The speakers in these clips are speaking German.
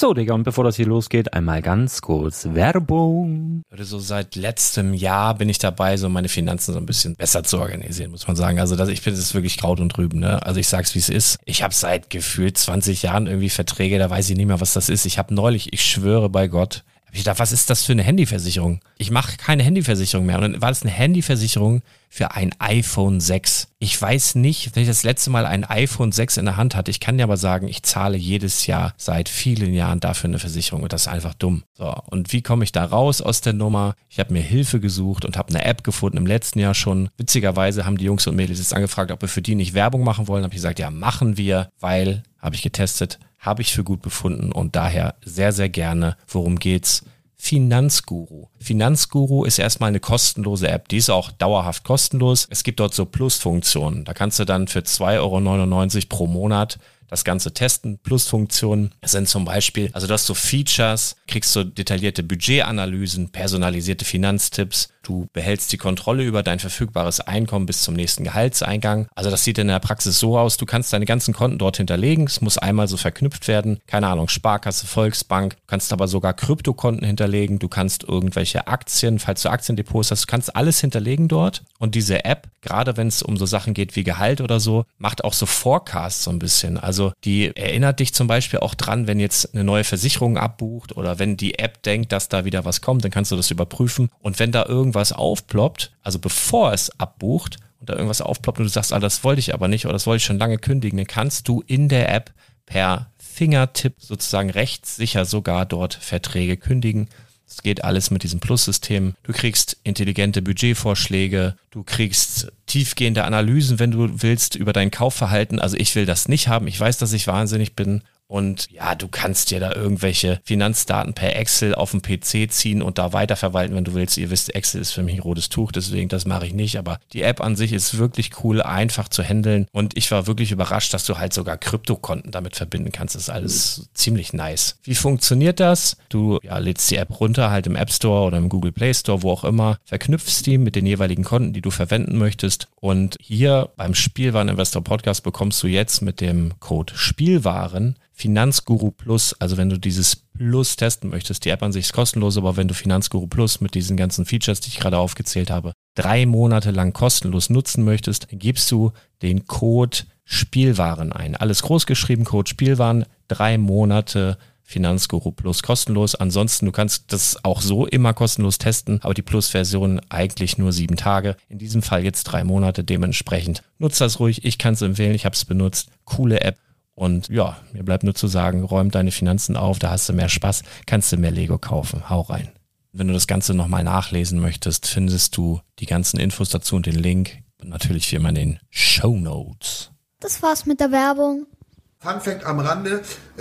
So, Digga, und bevor das hier losgeht, einmal ganz kurz Werbung. So seit letztem Jahr bin ich dabei, so meine Finanzen so ein bisschen besser zu organisieren, muss man sagen. Also das ist wirklich Kraut und Rüben, ne? Also ich sag's, wie es ist. Ich habe seit gefühlt 20 Jahren irgendwie Verträge, da weiß ich nicht mehr, was das ist. Ich habe neulich, ich schwöre bei Gott, ich dachte, was ist das für eine Handyversicherung? Ich mache keine Handyversicherung mehr. Und dann war das eine Handyversicherung für ein iPhone 6. Ich weiß nicht, wenn ich das letzte Mal ein iPhone 6 in der Hand hatte. Ich kann dir aber sagen, ich zahle jedes Jahr seit vielen Jahren dafür eine Versicherung. Und das ist einfach dumm. So, und wie komme ich da raus aus der Nummer? Ich habe mir Hilfe gesucht und habe eine App gefunden im letzten Jahr schon. Witzigerweise haben die Jungs und Mädels jetzt angefragt, ob wir für die nicht Werbung machen wollen. Habe ich gesagt, ja, machen wir, weil, habe ich getestet, habe ich für gut befunden und daher sehr, sehr gerne. Worum geht's? Finanzguru. Finanzguru ist erstmal eine kostenlose App. Die ist auch dauerhaft kostenlos. Es gibt dort so Plusfunktionen. Da kannst du dann für 2,99 € pro Monat das Ganze testen. Plusfunktionen sind zum Beispiel, also du hast so Features, kriegst so detaillierte Budgetanalysen, personalisierte Finanztipps, du behältst die Kontrolle über dein verfügbares Einkommen bis zum nächsten Gehaltseingang. Also das sieht in der Praxis so aus, du kannst deine ganzen Konten dort hinterlegen, es muss einmal so verknüpft werden, keine Ahnung, Sparkasse, Volksbank, du kannst aber sogar Kryptokonten hinterlegen, du kannst irgendwelche Aktien, falls du Aktiendepots hast, du kannst alles hinterlegen dort und diese App, gerade wenn es um so Sachen geht wie Gehalt oder so, macht auch so Forecasts so ein bisschen, also die erinnert dich zum Beispiel auch dran, wenn jetzt eine neue Versicherung abbucht oder wenn die App denkt, dass da wieder was kommt, dann kannst du das überprüfen und wenn da irgendwas aufploppt, also bevor es abbucht und da irgendwas aufploppt und du sagst, das wollte ich aber nicht oder das wollte ich schon lange kündigen, dann kannst du in der App per Fingertipp sozusagen rechtssicher sogar dort Verträge kündigen. Das geht alles mit diesem Plus-System. Du kriegst intelligente Budgetvorschläge, du kriegst tiefgehende Analysen, wenn du willst, über dein Kaufverhalten. Also ich will das nicht haben. Ich weiß, dass ich wahnsinnig bin. Und ja, du kannst dir da irgendwelche Finanzdaten per Excel auf dem PC ziehen und da weiterverwalten, wenn du willst. Ihr wisst, Excel ist für mich ein rotes Tuch, deswegen das mache ich nicht. Aber die App an sich ist wirklich cool, einfach zu handeln. Und ich war wirklich überrascht, dass du halt sogar Kryptokonten damit verbinden kannst. Das ist alles ziemlich nice. Wie funktioniert das? Du lädst die App runter, halt im App Store oder im Google Play Store, wo auch immer, verknüpfst die mit den jeweiligen Konten, die du verwenden möchtest. Und hier beim Spielwareninvestor Podcast bekommst du jetzt mit dem Code Spielwaren Finanzguru Plus, also wenn du dieses Plus testen möchtest, die App an sich ist kostenlos, aber wenn du Finanzguru Plus mit diesen ganzen Features, die ich gerade aufgezählt habe, 3 Monate lang kostenlos nutzen möchtest, dann gibst du den Code Spielwaren ein. Alles groß geschrieben, Code Spielwaren, 3 Monate Finanzguru Plus kostenlos. Ansonsten, du kannst das auch so immer kostenlos testen, aber die Plus-Version eigentlich nur 7 Tage. In diesem Fall jetzt 3 Monate, dementsprechend nutzt das ruhig. Ich kann es empfehlen, ich habe es benutzt. Coole App. Und ja, mir bleibt nur zu sagen, räum deine Finanzen auf, da hast du mehr Spaß, kannst du mehr Lego kaufen. Hau rein. Wenn du das Ganze nochmal nachlesen möchtest, findest du die ganzen Infos dazu und den Link. Und natürlich wie immer in den Shownotes. Das war's mit der Werbung. Fun Fact am Rande,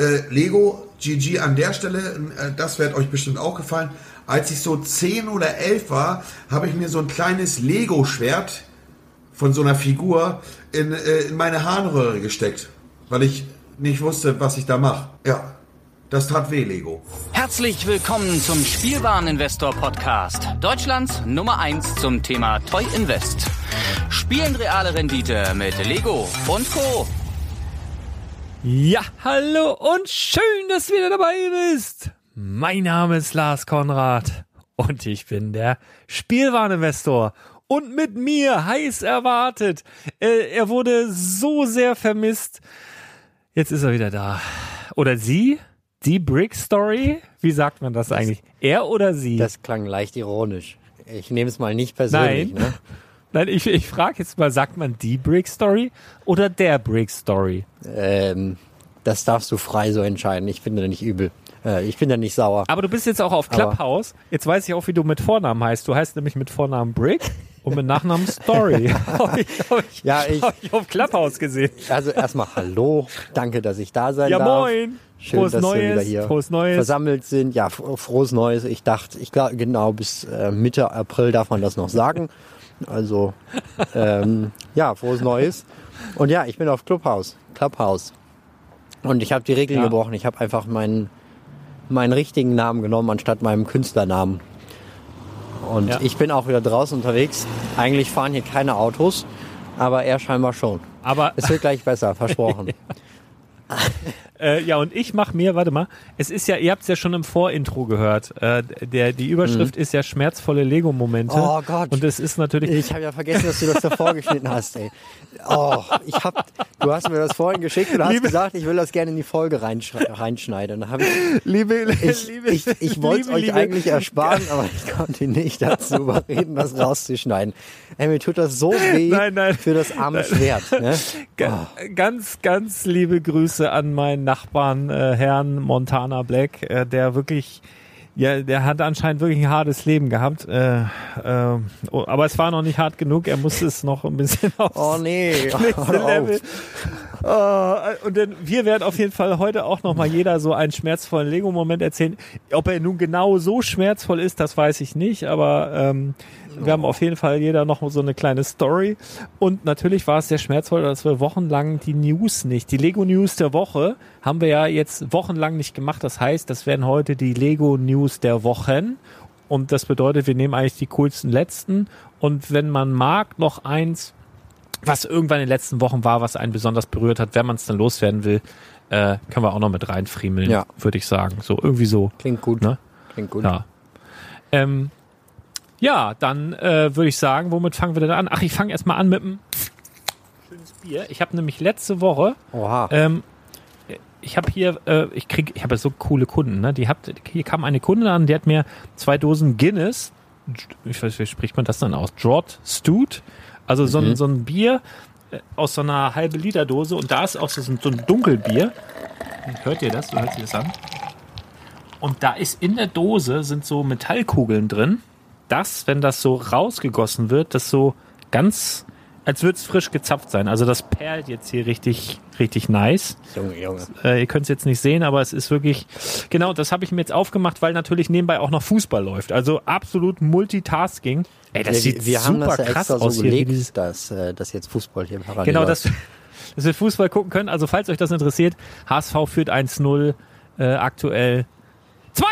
Lego, GG an der Stelle, das wird euch bestimmt auch gefallen. Als ich so 10 oder 11 war, habe ich mir so ein kleines Lego-Schwert von so einer Figur in meine Harnröhre gesteckt, weil ich nicht wusste, was ich da mache. Ja, das tat weh, Lego. Herzlich willkommen zum Spielwareninvestor Podcast. Deutschlands Nummer 1 zum Thema Toy Invest. Spielen reale Rendite mit Lego und Co. Ja, hallo und schön, dass du wieder dabei bist. Mein Name ist Lars Konrad und ich bin der Spielwareninvestor. Und mit mir, heiß erwartet, er wurde so sehr vermisst. Jetzt ist er wieder da. Oder sie? Die Brick Story? Wie sagt man das eigentlich? Er oder sie? Das klang leicht ironisch. Ich nehme es mal nicht persönlich. Nein, ne? Nein, ich frage jetzt mal, sagt man die Brick Story oder der Brick Story? Das darfst du frei so entscheiden. Ich bin da nicht übel. Ich bin da nicht sauer. Aber du bist jetzt auch auf Clubhouse. Jetzt weiß ich auch, wie du mit Vornamen heißt. Du heißt nämlich mit Vornamen Brick und mit Nachnamen Story. Hab ich auf Clubhouse gesehen. Also erstmal hallo. Danke, dass ich da sein darf. Ja, moin. Schön, frohes dass Neues, wir wieder hier frohes Neues. versammelt sind. Ja, frohes Neues. Ich glaube, genau bis Mitte April darf man das noch sagen. Also, frohes Neues. Und ja, ich bin auf Clubhouse. Und ich habe die Regeln gebrochen. Ich habe einfach meinen richtigen Namen genommen, anstatt meinem Künstlernamen. Und ich bin auch wieder draußen unterwegs. Eigentlich fahren hier keine Autos, aber er scheinbar schon. Aber es wird gleich besser, versprochen. Ja, und ich mache mir, warte mal, es ist ja, ihr habt es ja schon im Vorintro gehört, die Überschrift ist ja schmerzvolle Lego-Momente. Oh Gott. Und es ist natürlich... Ich habe ja vergessen, dass du das davor geschnitten hast, ey. Oh, du hast mir das vorhin geschickt und hast gesagt, ich will das gerne in die Folge reinschneiden. Dann habe ich wollte es euch eigentlich ersparen, aber ich konnte ihn nicht dazu überreden, das rauszuschneiden. Ey, mir tut das so weh für das arme Schwert. Ne? Ganz, ganz liebe Grüße an meinen Nachbarn, Herrn Montana Black, der wirklich, ja, der hat anscheinend wirklich ein hartes Leben gehabt, aber es war noch nicht hart genug, er musste es noch ein bisschen aufs nächste Level. Und dann, wir werden auf jeden Fall heute auch nochmal jeder so einen schmerzvollen Lego-Moment erzählen. Ob er nun genau so schmerzvoll ist, das weiß ich nicht, aber wir haben auf jeden Fall jeder noch so eine kleine Story. Und natürlich war es sehr schmerzvoll, dass wir wochenlang die News nicht, die Lego-News der Woche, haben wir ja jetzt wochenlang nicht gemacht. Das heißt, das werden heute die Lego-News der Wochen. Und das bedeutet, wir nehmen eigentlich die coolsten letzten. Und wenn man mag, noch eins, was irgendwann in den letzten Wochen war, was einen besonders berührt hat, wenn man es dann loswerden will, können wir auch noch mit reinfriemeln, würde ich sagen. So, irgendwie so. Klingt gut. Ne? Klingt gut. Ja. Ja, dann würde ich sagen, womit fangen wir denn an? Ach, ich fange erstmal an mit einem schönes Bier. Ich habe nämlich letzte Woche, ich habe hier, ich habe ja so coole Kunden, ne? Hier kam eine Kundin an, die hat mir 2 Dosen Guinness, ich weiß, wie spricht man das dann aus? Draught Stout, also so ein Bier aus so einer halbe Liter Dose und da ist auch so ein Dunkelbier. Hört ihr das? Du hörst dir das an? Und da ist in der Dose sind so Metallkugeln drin. Das, wenn das so rausgegossen wird, das so ganz, als würde es frisch gezapft sein. Also das perlt jetzt hier richtig, richtig nice. Junge. Ihr könnt es jetzt nicht sehen, aber es ist wirklich, genau, das habe ich mir jetzt aufgemacht, weil natürlich nebenbei auch noch Fußball läuft. Also absolut Multitasking. Ey, das sieht wir haben super das ja krass extra aus so hier. gelegt, dass jetzt Fußball hier parallel Genau, läuft. dass wir Fußball gucken können. Also falls euch das interessiert, HSV führt 1-0 aktuell. 2-0!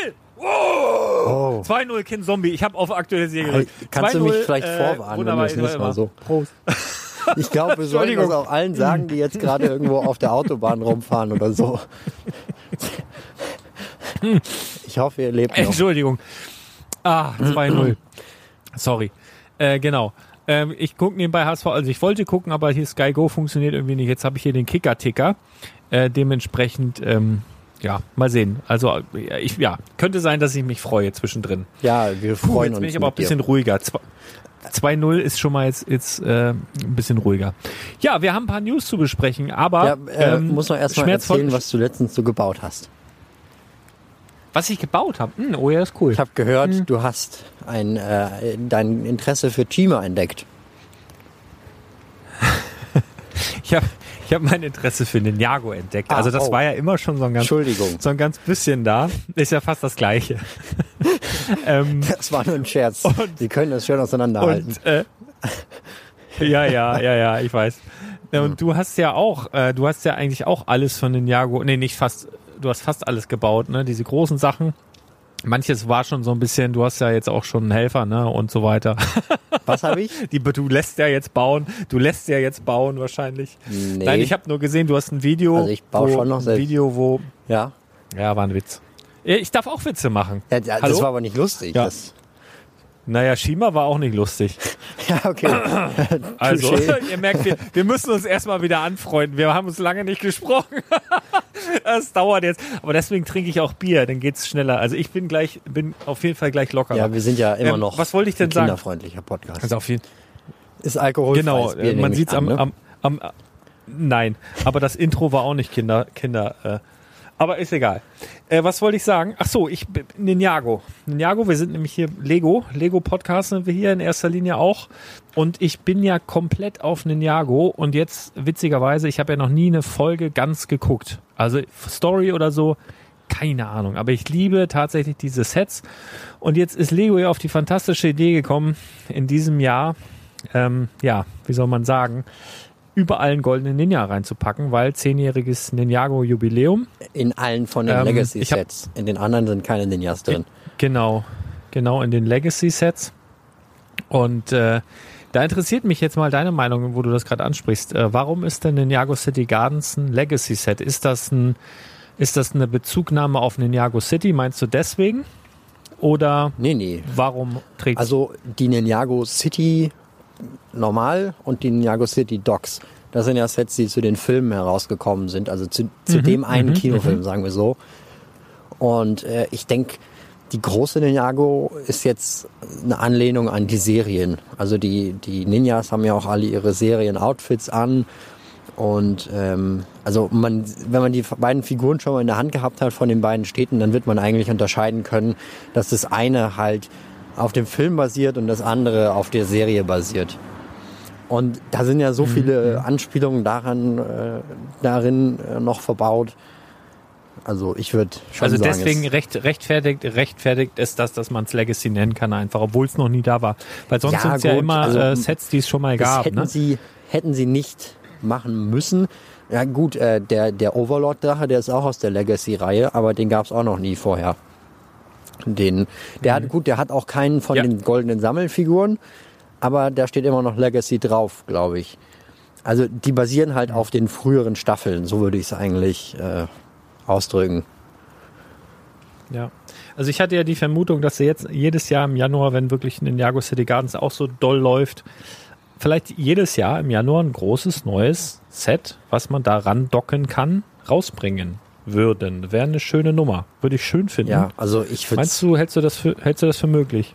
Oh. 2-0 Kind Zombie. Ich habe auf aktuelle Serie gedrückt. Kannst du mich vielleicht vorwarnen, wenn du es nicht mal so. Prost. Ich glaube, wir sollten das auch allen sagen, die jetzt gerade irgendwo auf der Autobahn rumfahren oder so. Ich hoffe, ihr lebt noch. Entschuldigung. 2-0. Sorry. Genau. Ich gucke nebenbei HSV, also ich wollte gucken, aber hier Sky Go funktioniert irgendwie nicht. Jetzt habe ich hier den Kicker-Ticker. Dementsprechend, ja, mal sehen. Also, könnte sein, dass ich mich freue zwischendrin. Ja, wir freuen uns. Jetzt bin ich aber auch ein bisschen ruhiger. 2-0 ist schon mal jetzt ein bisschen ruhiger. Ja, wir haben ein paar News zu besprechen, aber muss noch erstmal erzählen, was du letztens so gebaut hast. Was ich gebaut habe? Oh ja, ist cool. Ich habe gehört, du hast dein Interesse für Chima entdeckt. Ich habe mein Interesse für Ninjago entdeckt. Also das war ja immer schon so ein ganz bisschen da. Ist ja fast das Gleiche. Das war nur ein Scherz. Sie können das schön auseinanderhalten. Ja, ich weiß. Und du hast ja eigentlich auch alles von Ninjago, nicht fast, du hast fast alles gebaut, ne? Diese großen Sachen. Manches war schon so ein bisschen, du hast ja jetzt auch schon einen Helfer, ne, und so weiter. Was habe ich? Du lässt ja jetzt bauen wahrscheinlich. Nee. Nein, ich habe nur gesehen, du hast ein Video. Also ich baue schon noch selbst. Ja, war ein Witz. Ich darf auch Witze machen. Ja, das war aber nicht lustig. Ja. Naja, Shima war auch nicht lustig. Ja, okay. Also, ihr merkt, wir müssen uns erstmal wieder anfreunden. Wir haben uns lange nicht gesprochen. Das dauert jetzt. Aber deswegen trinke ich auch Bier, dann geht's schneller. Also ich bin auf jeden Fall gleich locker. Ja, wir sind ja immer noch was wollte ich denn sagen? Kinderfreundlicher Podcast. Also auf jeden ist alkoholfreies Bier. Man sieht's nein, aber das Intro war auch nicht Kinder. Aber ist egal. Was wollte ich sagen? Ach so, Ninjago, wir sind nämlich hier Lego-Podcast sind wir hier in erster Linie auch. Und ich bin ja komplett auf Ninjago. Und jetzt, witzigerweise, ich habe ja noch nie eine Folge ganz geguckt. Also Story oder so, keine Ahnung. Aber ich liebe tatsächlich diese Sets. Und jetzt ist Lego ja auf die fantastische Idee gekommen, in diesem Jahr, wie soll man sagen, überall einen goldenen Ninja reinzupacken, weil 10-jähriges Ninjago-Jubiläum. In allen von den Legacy-Sets. In den anderen sind keine Ninjas drin. Genau, in den Legacy-Sets. Und Da interessiert mich jetzt mal deine Meinung, wo du das gerade ansprichst. Warum ist denn Ninjago City Gardens ein Legacy-Set? Ist das eine Bezugnahme auf Ninjago City? Meinst du deswegen? Oder Nee. warum trägt Also die Ninjago City normal und die Ninjago City Docs. Das sind ja Sets, die zu den Filmen herausgekommen sind. Also zu dem einen Kinofilm, sagen wir so. Und ich denke, die große Ninjago ist jetzt eine Anlehnung an die Serien. Also die Ninjas haben ja auch alle ihre Serien-Outfits an. Und also wenn man die beiden Figuren schon mal in der Hand gehabt hat von den beiden Städten, dann wird man eigentlich unterscheiden können, dass das eine halt auf dem Film basiert und das andere auf der Serie basiert. Und da sind ja so viele Anspielungen darin noch verbaut. Also ich würde schon also sagen, deswegen rechtfertigt ist das, dass man es Legacy nennen kann einfach, obwohl es noch nie da war. Weil sonst sind es ja immer Sets, die es schon mal gab. Hätten sie nicht machen müssen. Ja gut, der Overlord-Drache, der ist auch aus der Legacy-Reihe, aber den gab es auch noch nie vorher. Der hat auch keinen von den goldenen Sammelfiguren, aber da steht immer noch Legacy drauf, glaube ich. Also die basieren halt auf den früheren Staffeln, so würde ich es eigentlich ausdrücken. Ja, also ich hatte ja die Vermutung, dass sie jetzt jedes Jahr im Januar, wenn wirklich Ninjago City Gardens auch so doll läuft, vielleicht jedes Jahr im Januar ein großes neues Set, was man da randocken kann, rausbringen würden. Wäre eine schöne Nummer. Würde ich schön finden. Ja, also ich würde. Meinst du, hältst du das für möglich?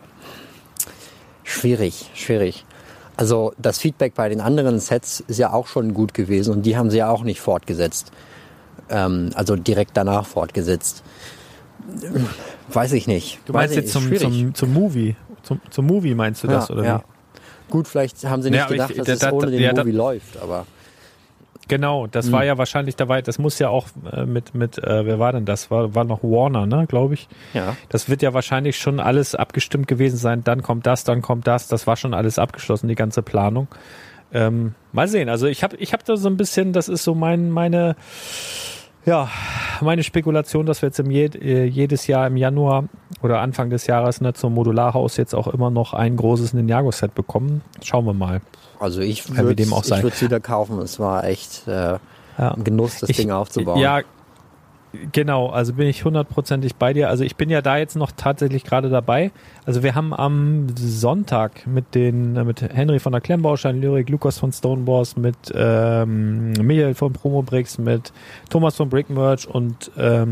Schwierig. Also das Feedback bei den anderen Sets ist ja auch schon gut gewesen und die haben sie ja auch nicht fortgesetzt. Also direkt danach fortgesetzt. Weiß ich nicht. Du meinst jetzt zum Movie? Zum Movie meinst du das, oder wie? Ja. Gut, vielleicht haben sie nicht gedacht, dass es ohne den Movie läuft, aber... Genau, das war ja wahrscheinlich dabei, das muss ja auch mit wer war denn das? War noch Warner, ne, glaube ich. Ja. Das wird ja wahrscheinlich schon alles abgestimmt gewesen sein, dann kommt das, das war schon alles abgeschlossen, die ganze Planung. Mal sehen, also ich hab da so ein bisschen, das ist so meine Spekulation, dass wir jetzt jedes Jahr im Januar oder Anfang des Jahres zum Modularhaus jetzt auch immer noch ein großes Ninjago-Set bekommen. Schauen wir mal. Also ich würde es wieder kaufen. Es war echt ein Genuss, das Ding aufzubauen. Ja, genau. Also bin ich 100%ig bei dir. Also ich bin ja da jetzt noch tatsächlich gerade dabei. Also wir haben am Sonntag mit Henry von der Klemmbaustein Lyrik, Lukas von Stoneboss, mit Michael von Promobricks, mit Thomas von Brickmerch und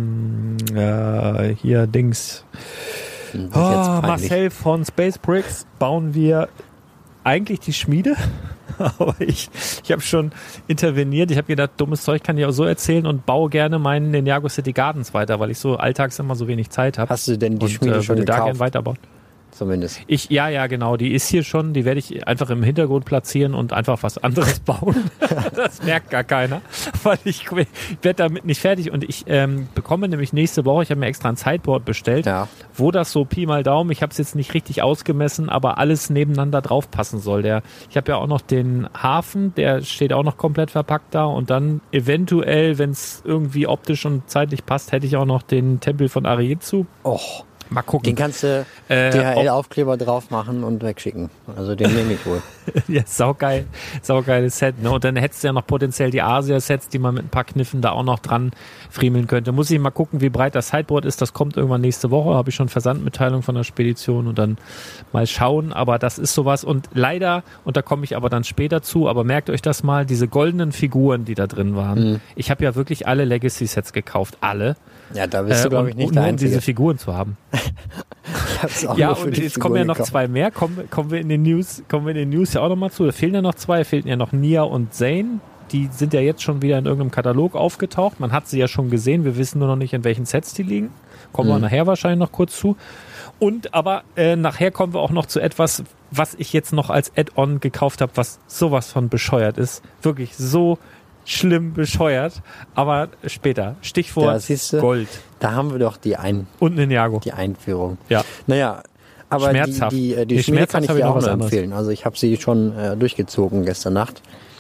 hier Dings Marcel von Space Bricks bauen wir eigentlich die Schmiede, aber ich habe schon interveniert. Ich habe gedacht, dummes Zeug kann ich auch so erzählen und baue gerne meinen Ninjago City Gardens weiter, weil ich so alltags immer so wenig Zeit habe. Hast du denn die Schmiede schon gekauft? Da gerne weiterbauen. Zumindest. Ja, genau. Die ist hier schon. Die werde ich einfach im Hintergrund platzieren und einfach was anderes bauen. Das merkt gar keiner, weil ich werde damit nicht fertig. Und ich bekomme nämlich nächste Woche, ich habe mir extra ein Sideboard bestellt, wo das so Pi mal Daumen, ich habe es jetzt nicht richtig ausgemessen, aber alles nebeneinander drauf passen soll. Ich habe ja auch noch den Hafen, der steht auch noch komplett verpackt da. Und dann eventuell, wenn es irgendwie optisch und zeitlich passt, hätte ich auch noch den Tempel von Arietsu. Och. Mal gucken. Den kannst du DHL-Aufkleber drauf machen und wegschicken. Also den nehme ich wohl. Ja, saugeiles Set. Ne? Und dann hättest du ja noch potenziell die Asia-Sets, die man mit ein paar Kniffen da auch noch dran friemeln könnte. Muss ich mal gucken, wie breit das Sideboard ist. Das kommt irgendwann nächste Woche. Habe ich schon Versandmitteilung von der Spedition und dann mal schauen. Aber das ist sowas. Und leider, und da komme ich aber dann später zu, aber merkt euch das mal, diese goldenen Figuren, die da drin waren. Ich habe ja wirklich alle Legacy-Sets gekauft. Alle. Ja, da bist du, glaube ich, nicht der Einzige. Um diese Figuren zu haben. Ich hab's auch ja, nur für und die jetzt Figuren kommen ja noch gekauft. zwei mehr. Kommen wir in den News ja auch noch mal zu. Da fehlen ja noch zwei. Da fehlten ja noch Nia und Zane. Die sind ja jetzt schon wieder in irgendeinem Katalog aufgetaucht. Man hat sie ja schon gesehen. Wir wissen nur noch nicht, in welchen Sets die liegen. Kommen wir nachher wahrscheinlich noch kurz zu. Aber nachher kommen wir auch noch zu etwas, was ich jetzt noch als Add-on gekauft habe, was sowas von bescheuert ist. Wirklich so schlimm bescheuert, aber später. Stichwort Gold. Da haben wir doch und Ninjago. Die Einführung. Ja. Naja, aber schmerzhaft. die Schmiede kann ich dir auch nur empfehlen. Also ich habe sie schon durchgezogen gestern Nacht.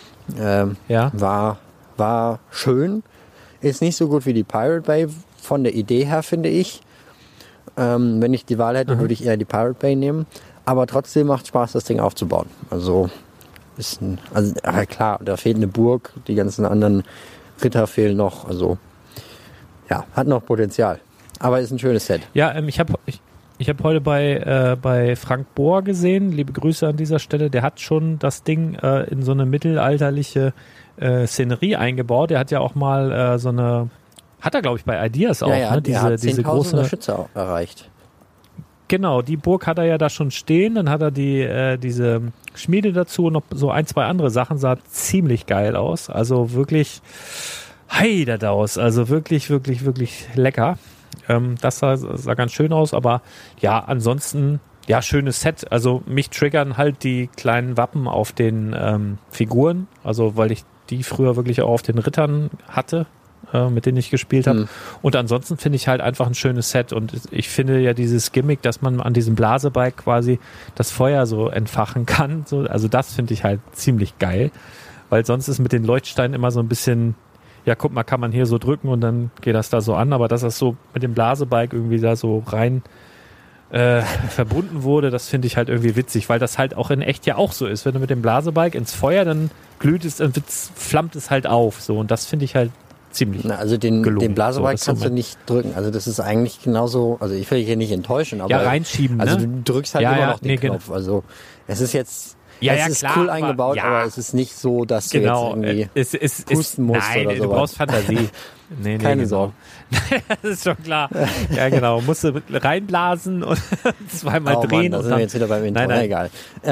War schön. Ist nicht so gut wie die Pirate Bay von der Idee her, finde ich. Wenn ich die Wahl hätte, würde ich eher die Pirate Bay nehmen. Aber trotzdem macht Spaß, das Ding aufzubauen. Also, aber klar, da fehlt eine Burg, die ganzen anderen Ritter fehlen noch. Also, ja, hat noch Potenzial. Aber ist ein schönes Set. Ja, ich hab heute bei Frank Bohr gesehen, liebe Grüße an dieser Stelle, der hat schon das Ding in so eine mittelalterliche Szenerie eingebaut. Der hat ja auch mal hat er glaube ich bei Ideas auch, ja, ne? Diese große Unterstützer erreicht. Genau, die Burg hat er ja da schon stehen, dann hat er diese Schmiede dazu und noch so 1, 2 andere Sachen, sah ziemlich geil aus. Also wirklich heiderdaus, also wirklich, wirklich, wirklich lecker. Das sah ganz schön aus, aber ja, ansonsten, ja, schönes Set. Also mich triggern halt die kleinen Wappen auf den Figuren, also weil ich die früher wirklich auch auf den Rittern hatte, mit denen ich gespielt habe. Und ansonsten finde ich halt einfach ein schönes Set und ich finde ja dieses Gimmick, dass man an diesem Blasebike quasi das Feuer so entfachen kann, so, also das finde ich halt ziemlich geil, weil sonst ist mit den Leuchtsteinen immer so ein bisschen, ja, guck mal, kann man hier so drücken und dann geht das da so an, aber dass das so mit dem Blasebike irgendwie da so rein verbunden wurde, das finde ich halt irgendwie witzig, weil das halt auch in echt ja auch so ist. Wenn du mit dem Blasebike ins Feuer, dann glüht es, dann flammt es halt auf, so, und das finde ich halt ziemlich also den Blasebike so, kannst du nicht drücken. Also das ist eigentlich genauso, also ich will dich hier nicht enttäuschen, aber ja, reinschieben, also ne? du drückst halt immer noch den Knopf. Genau. Also es ist jetzt es ist klar, cool eingebaut, aber es ist nicht so, dass du jetzt irgendwie pusten musst nein, oder so. Du brauchst Fantasie. Nee, Keine genau. Sorge. Das ist schon klar. Ja, genau. Musst du reinblasen und zweimal drehen. Da und sind dann, wir jetzt wieder beim Intro. Nein. Egal.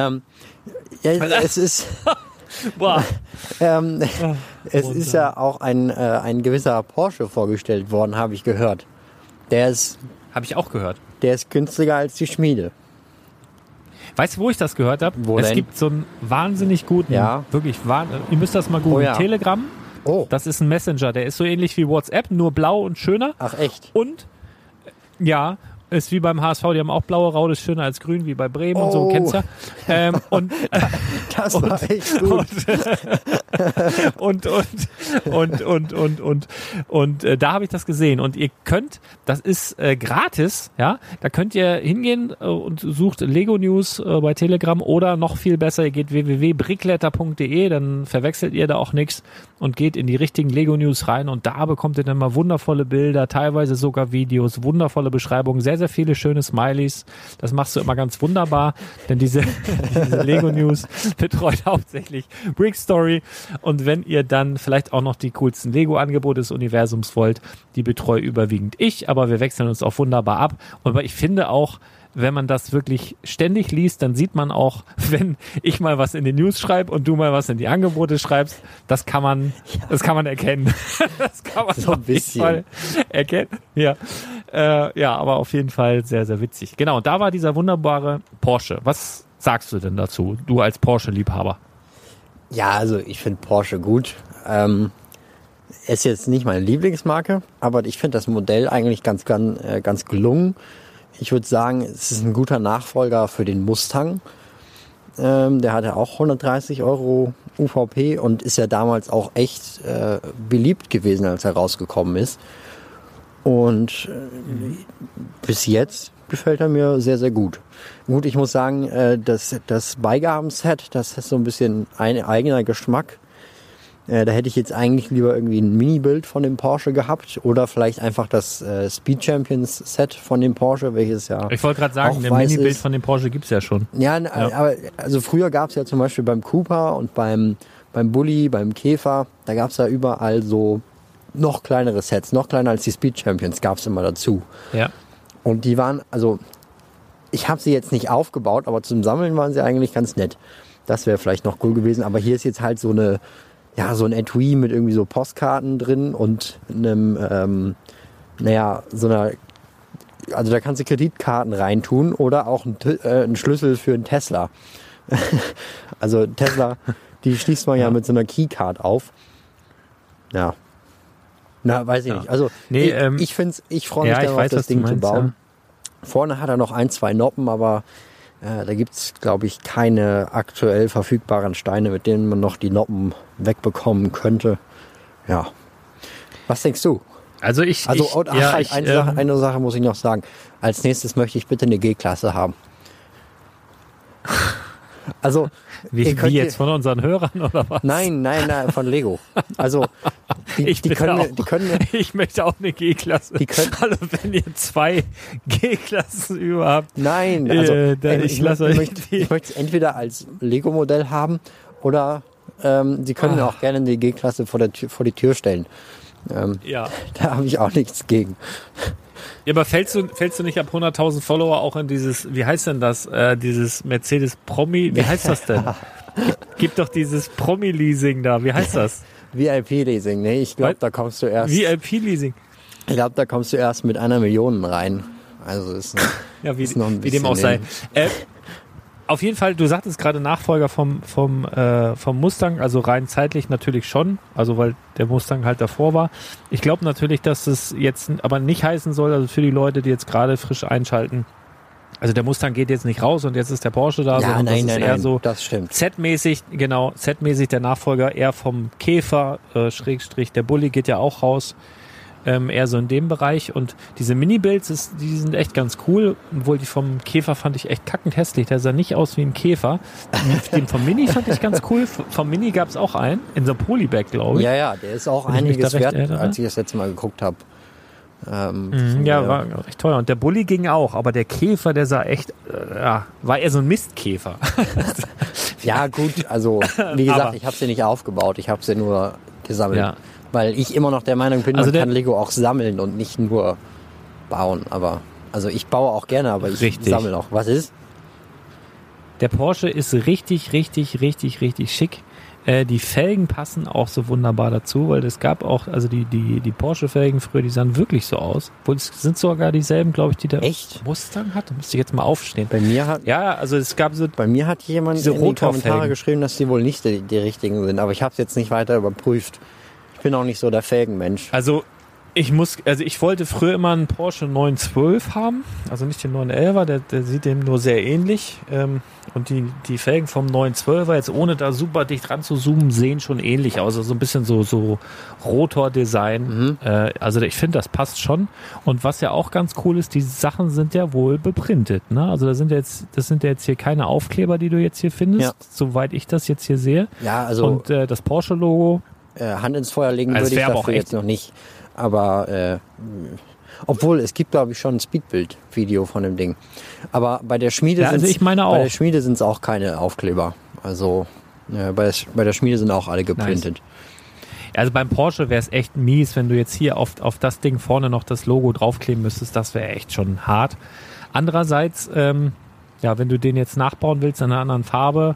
Es ist Boah. es ist ja auch ein gewisser Porsche vorgestellt worden, habe ich gehört. Habe ich auch gehört. Der ist günstiger als die Schmiede. Weißt du, wo ich das gehört habe? Wo es denn? gibt so einen wahnsinnig guten, wirklich, ihr müsst das mal googeln, Oh ja. Telegram. Oh. Das ist ein Messenger, der ist so ähnlich wie WhatsApp, nur blau und schöner. Ach echt? Und, ja, ist wie beim HSV, die haben auch blaue Rau, das ist schöner als grün, wie bei Bremen und so, kennst du ja. Das war echt gut. Und da habe ich das gesehen. Und ihr könnt, das ist gratis, ja, da könnt ihr hingehen und sucht Lego News bei Telegram oder noch viel besser, ihr geht www.brickletter.de, dann verwechselt ihr da auch nichts und geht in die richtigen Lego News rein und da bekommt ihr dann mal wundervolle Bilder, teilweise sogar Videos, wundervolle Beschreibungen, sehr, sehr viele schöne Smileys. Das machst du immer ganz wunderbar, denn diese Lego News betreut hauptsächlich Brick Story und wenn ihr dann vielleicht auch noch die coolsten Lego-Angebote des Universums wollt, die betreue überwiegend ich, aber wir wechseln uns auch wunderbar ab. Aber ich finde auch, wenn man das wirklich ständig liest, dann sieht man auch, wenn ich mal was in die News schreibe und du mal was in die Angebote schreibst, das kann man erkennen. Das kann man so ein bisschen erkennen. Ja. Ja, aber auf jeden Fall sehr, sehr witzig. Genau, und da war dieser wunderbare Porsche. Was sagst du denn dazu, du als Porsche-Liebhaber? Ja, also ich finde Porsche gut. Ist jetzt nicht meine Lieblingsmarke, aber ich finde das Modell eigentlich ganz gelungen. Ich würde sagen, es ist ein guter Nachfolger für den Mustang. Der hatte auch 130 € UVP und ist ja damals auch echt beliebt gewesen, als er rausgekommen ist. Und bis jetzt gefällt er mir sehr, sehr gut. Gut, ich muss sagen, das Beigabenset, das ist so ein bisschen ein eigener Geschmack. Da hätte ich jetzt eigentlich lieber irgendwie ein Mini-Bild von dem Porsche gehabt oder vielleicht einfach das Speed Champions Set von dem Porsche, welches ja ich wollte gerade sagen, ein Mini-Bild von dem Porsche gibt's ja schon. Ja, aber also früher gab's ja zum Beispiel beim Cooper und beim Bulli, beim Käfer, da gab's ja überall so noch kleinere Sets, noch kleiner als die Speed Champions gab's immer dazu. Ja. Und die waren, also ich habe sie jetzt nicht aufgebaut, aber zum Sammeln waren sie eigentlich ganz nett. Das wäre vielleicht noch cool gewesen, aber hier ist jetzt halt so ein Etui mit irgendwie so Postkarten drin und einem, also da kannst du Kreditkarten reintun oder auch einen Schlüssel für einen Tesla. Also Tesla, die schließt man ja mit so einer Keycard auf. Ja. Na, weiß ich nicht. Also ich freue mich darauf, das Ding zu bauen. Ja. Vorne hat er noch 1, 2 Noppen, aber da gibt's, glaube ich, keine aktuell verfügbaren Steine, mit denen man noch die Noppen wegbekommen könnte. Ja. Was denkst du? Also eine Sache muss ich noch sagen. Als nächstes möchte ich bitte eine G-Klasse haben. Also, Wie jetzt von unseren Hörern oder was? Nein, von Lego. Also, die können ich möchte auch eine G-Klasse. Hallo, wenn ihr 2 G-Klassen über habt. Nein, also ich möchte es entweder als Lego-Modell haben oder sie können auch gerne die G-Klasse vor die Tür stellen. Ja. Da habe ich auch nichts gegen. Ja, aber fällst du nicht ab 100.000 Follower auch in dieses, wie heißt denn das, dieses Mercedes-Promi, wie heißt das denn? Gibt doch dieses Promi-Leasing da, wie heißt das? VIP-Leasing, ne? Ich glaube, da kommst du erst. VIP-Leasing. Ich glaube, da kommst du erst mit 1 Million rein. Also ist noch ein bisschen wie dem auch sei. Auf jeden Fall, du sagtest gerade Nachfolger vom Mustang, also rein zeitlich natürlich schon, also weil der Mustang halt davor war. Ich glaube natürlich, dass es jetzt aber nicht heißen soll, also für die Leute, die jetzt gerade frisch einschalten, also der Mustang geht jetzt nicht raus und jetzt ist der Porsche da, sondern das ist eher so das stimmt. Z-mäßig der Nachfolger eher vom Käfer, Schrägstrich, der Bulli geht ja auch raus. Eher so in dem Bereich und diese Mini-Builds, die sind echt ganz cool, obwohl die vom Käfer fand ich echt kackend hässlich, der sah nicht aus wie ein Käfer. Den vom Mini fand ich ganz cool, vom Mini gab es auch einen, in so einem Polybag, glaube ich. Ja, der ist auch einiges wert, als ich das letzte Mal geguckt habe. War echt teuer und der Bulli ging auch, aber der Käfer, der sah echt, war eher so ein Mistkäfer. Ja gut, also wie gesagt, ich habe sie nicht aufgebaut, ich habe sie nur gesammelt. Ja. Weil ich immer noch der Meinung bin, man kann Lego auch sammeln und nicht nur bauen. Also ich baue auch gerne, aber ich sammle auch. Was ist? Der Porsche ist richtig schick. Die Felgen passen auch so wunderbar dazu, weil es gab auch, also die Porsche-Felgen früher, die sahen wirklich so aus. Obwohl es sind sogar dieselben, glaube ich, die der Mustang hat. Da müsste ich jetzt mal aufstehen. Bei mir hat jemand in die Kommentare geschrieben, dass die wohl nicht die richtigen sind. Aber ich habe es jetzt nicht weiter überprüft. Ich bin auch nicht so der Felgenmensch. Also ich wollte früher immer einen Porsche 912 haben, also nicht den 911er, der sieht dem nur sehr ähnlich. Und die Felgen vom 912er, jetzt ohne da super dicht dran zu zoomen, sehen schon ähnlich aus. Also so ein bisschen so Rotor-Design. Also ich finde, das passt schon. Und was ja auch ganz cool ist, die Sachen sind ja wohl beprintet. Ne? Also das sind ja jetzt hier keine Aufkleber, die du jetzt hier findest, soweit ich das jetzt hier sehe. Ja, also und das Porsche-Logo. Hand ins Feuer legen würde ich dafür jetzt noch nicht. Aber obwohl, es gibt, glaube ich, schon ein Speedbild-Video von dem Ding. Aber bei der Schmiede sind es auch keine Aufkleber. Also bei der Schmiede sind auch alle geprintet. Nice. Also beim Porsche wäre es echt mies, wenn du jetzt hier auf das Ding vorne noch das Logo draufkleben müsstest. Das wäre echt schon hart. Andererseits, wenn du den jetzt nachbauen willst in einer anderen Farbe,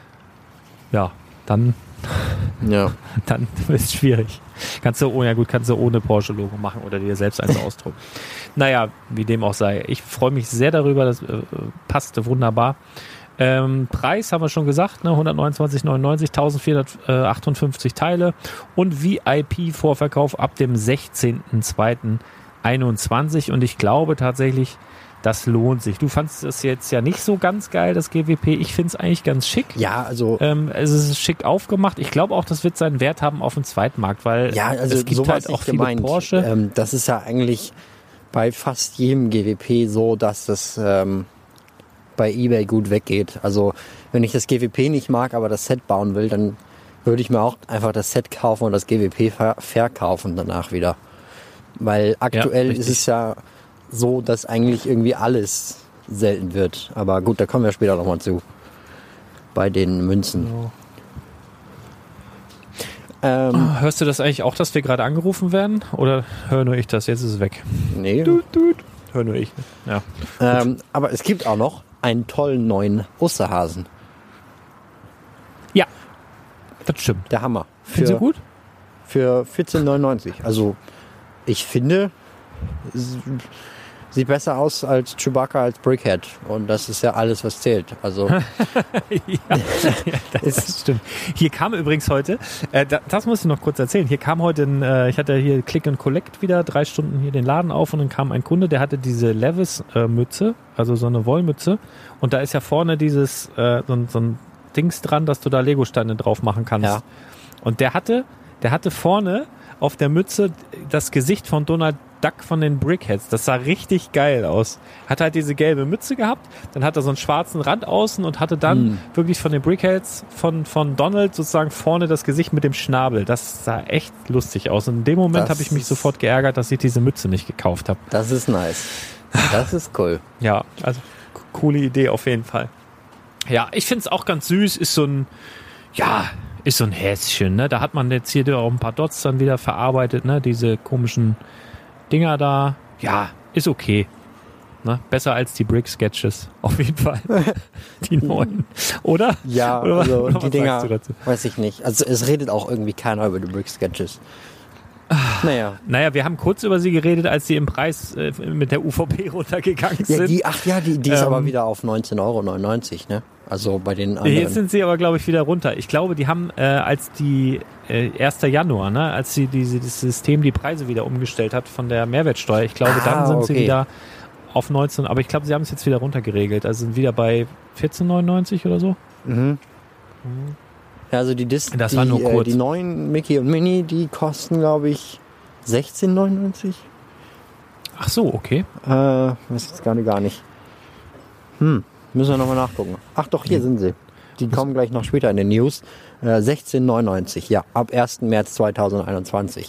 dann ist es schwierig. Kannst du ohne Porsche-Logo machen oder dir selbst eins ausdrucken. Naja, wie dem auch sei. Ich freue mich sehr darüber, das passte wunderbar. Preis haben wir schon gesagt, ne? 129,99, 1458 Teile und VIP-Vorverkauf ab dem 16.02.21 und ich glaube tatsächlich, das lohnt sich. Du fandst das jetzt ja nicht so ganz geil, das GWP. Ich finde es eigentlich ganz schick. Ja, also es ist schick aufgemacht. Ich glaube auch, das wird seinen Wert haben auf dem Zweitmarkt, weil es gibt halt auch viele Porsche. Das ist ja eigentlich bei fast jedem GWP so, dass das bei eBay gut weggeht. Also wenn ich das GWP nicht mag, aber das Set bauen will, dann würde ich mir auch einfach das Set kaufen und das GWP verkaufen danach wieder. Weil aktuell ist es ja so, dass eigentlich irgendwie alles selten wird. Aber gut, da kommen wir später nochmal zu. Bei den Münzen. Ja. Hörst du das eigentlich auch, dass wir gerade angerufen werden? Oder höre nur ich das? Jetzt ist es weg. Nee. Hör nur ich. Ja. Aber es gibt auch noch einen tollen neuen Osterhasen. Ja, das stimmt. Der Hammer. Findest du gut? Für 14,99. Also ich finde, sieht besser aus als Chewbacca, als Brickhead. Und das ist ja alles, was zählt. Also das stimmt. Hier kam übrigens heute, das muss ich noch kurz erzählen, hier kam heute ich hatte hier Click and Collect wieder, 3 Stunden hier den Laden auf und dann kam ein Kunde, der hatte diese Levis-Mütze, also so eine Wollmütze und da ist ja vorne dieses, so ein Dings dran, dass du da Lego-Steine drauf machen kannst. Ja. Und der hatte vorne auf der Mütze das Gesicht von Donald Duck von den Brickheads. Das sah richtig geil aus. Hat halt diese gelbe Mütze gehabt, dann hat er so einen schwarzen Rand außen und hatte dann wirklich von den Brickheads von Donald sozusagen vorne das Gesicht mit dem Schnabel. Das sah echt lustig aus. Und in dem Moment habe ich mich sofort geärgert, dass ich diese Mütze nicht gekauft habe. Das ist nice. Das ist cool. Ja, also coole Idee auf jeden Fall. Ja, ich finde es auch ganz süß. Ist so ein Häschen, ne? Da hat man jetzt hier auch ein paar Dots dann wieder verarbeitet, ne? Diese komischen Dinger da. Ja, ist okay. Ne? Besser als die Brick-Sketches. Auf jeden Fall. Die neuen. Oder? Ja, oder also oder die Dinger, sagst du dazu? weiß ich nicht. Also es redet auch irgendwie keiner über die Brick-Sketches. Naja, wir haben kurz über sie geredet, als sie im Preis mit der UVP runtergegangen ja, sind. die ist aber wieder auf 19,99 €, ne? Also bei den anderen. Jetzt sind sie aber, glaube ich, wieder runter. Ich glaube, die haben als die 1. Januar, ne, als sie dieses System die Preise wieder umgestellt hat von der Mehrwertsteuer, ich glaube, dann sind sie wieder auf 19, aber ich glaube, sie haben es jetzt wieder runtergeregelt. Also sind wieder bei 14,99 € oder so. Ja, also das war nur kurz. Die neuen Mickey und Minnie, die kosten, glaube ich, 16,99 €. Ach so, okay. Weiß jetzt gar nicht. Müssen wir nochmal nachgucken. Ach doch, hier sind sie. Die kommen gleich noch später in den News. 16,99 €, ja, ab 1. März 2021.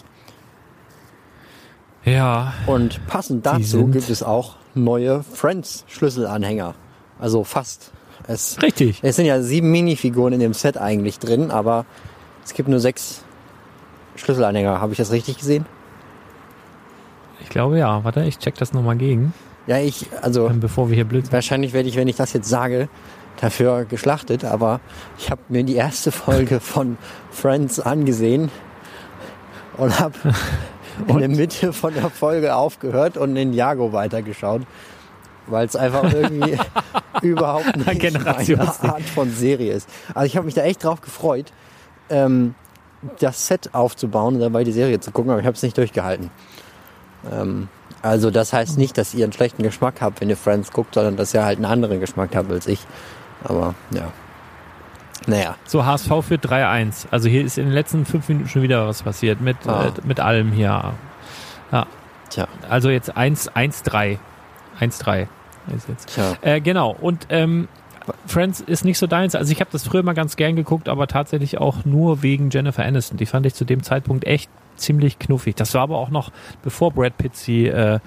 Ja. Und passend dazu gibt es auch neue Friends-Schlüsselanhänger. Also fast. Richtig. Es sind ja 7 Minifiguren in dem Set eigentlich drin, aber es gibt nur 6 Schlüsselanhänger. Habe ich das richtig gesehen? Ich glaube ja. Warte, ich check das nochmal gegen. Ja, bevor wir hier blöd sind. Wahrscheinlich werde ich, wenn ich das jetzt sage, dafür geschlachtet, aber ich habe mir die erste Folge von Friends angesehen und habe in der Mitte von der Folge aufgehört und in Jago weitergeschaut, weil es einfach irgendwie überhaupt nicht meine Art von Serie ist. Also ich habe mich da echt drauf gefreut, das Set aufzubauen und dabei die Serie zu gucken, aber ich habe es nicht durchgehalten. Also das heißt nicht, dass ihr einen schlechten Geschmack habt, wenn ihr Friends guckt, sondern dass ihr halt einen anderen Geschmack habt als ich. Aber ja. Naja. So, HSV führt 3-1. Also hier ist in den letzten 5 Minuten schon wieder was passiert mit allem hier. Ja. Tja. Also jetzt 1-3. 1-3 ist jetzt. Tja. Genau. Und Friends ist nicht so deins. Also ich habe das früher mal ganz gern geguckt, aber tatsächlich auch nur wegen Jennifer Aniston. Die fand ich zu dem Zeitpunkt echt ziemlich knuffig. Das war aber auch noch bevor Brad Pitt sie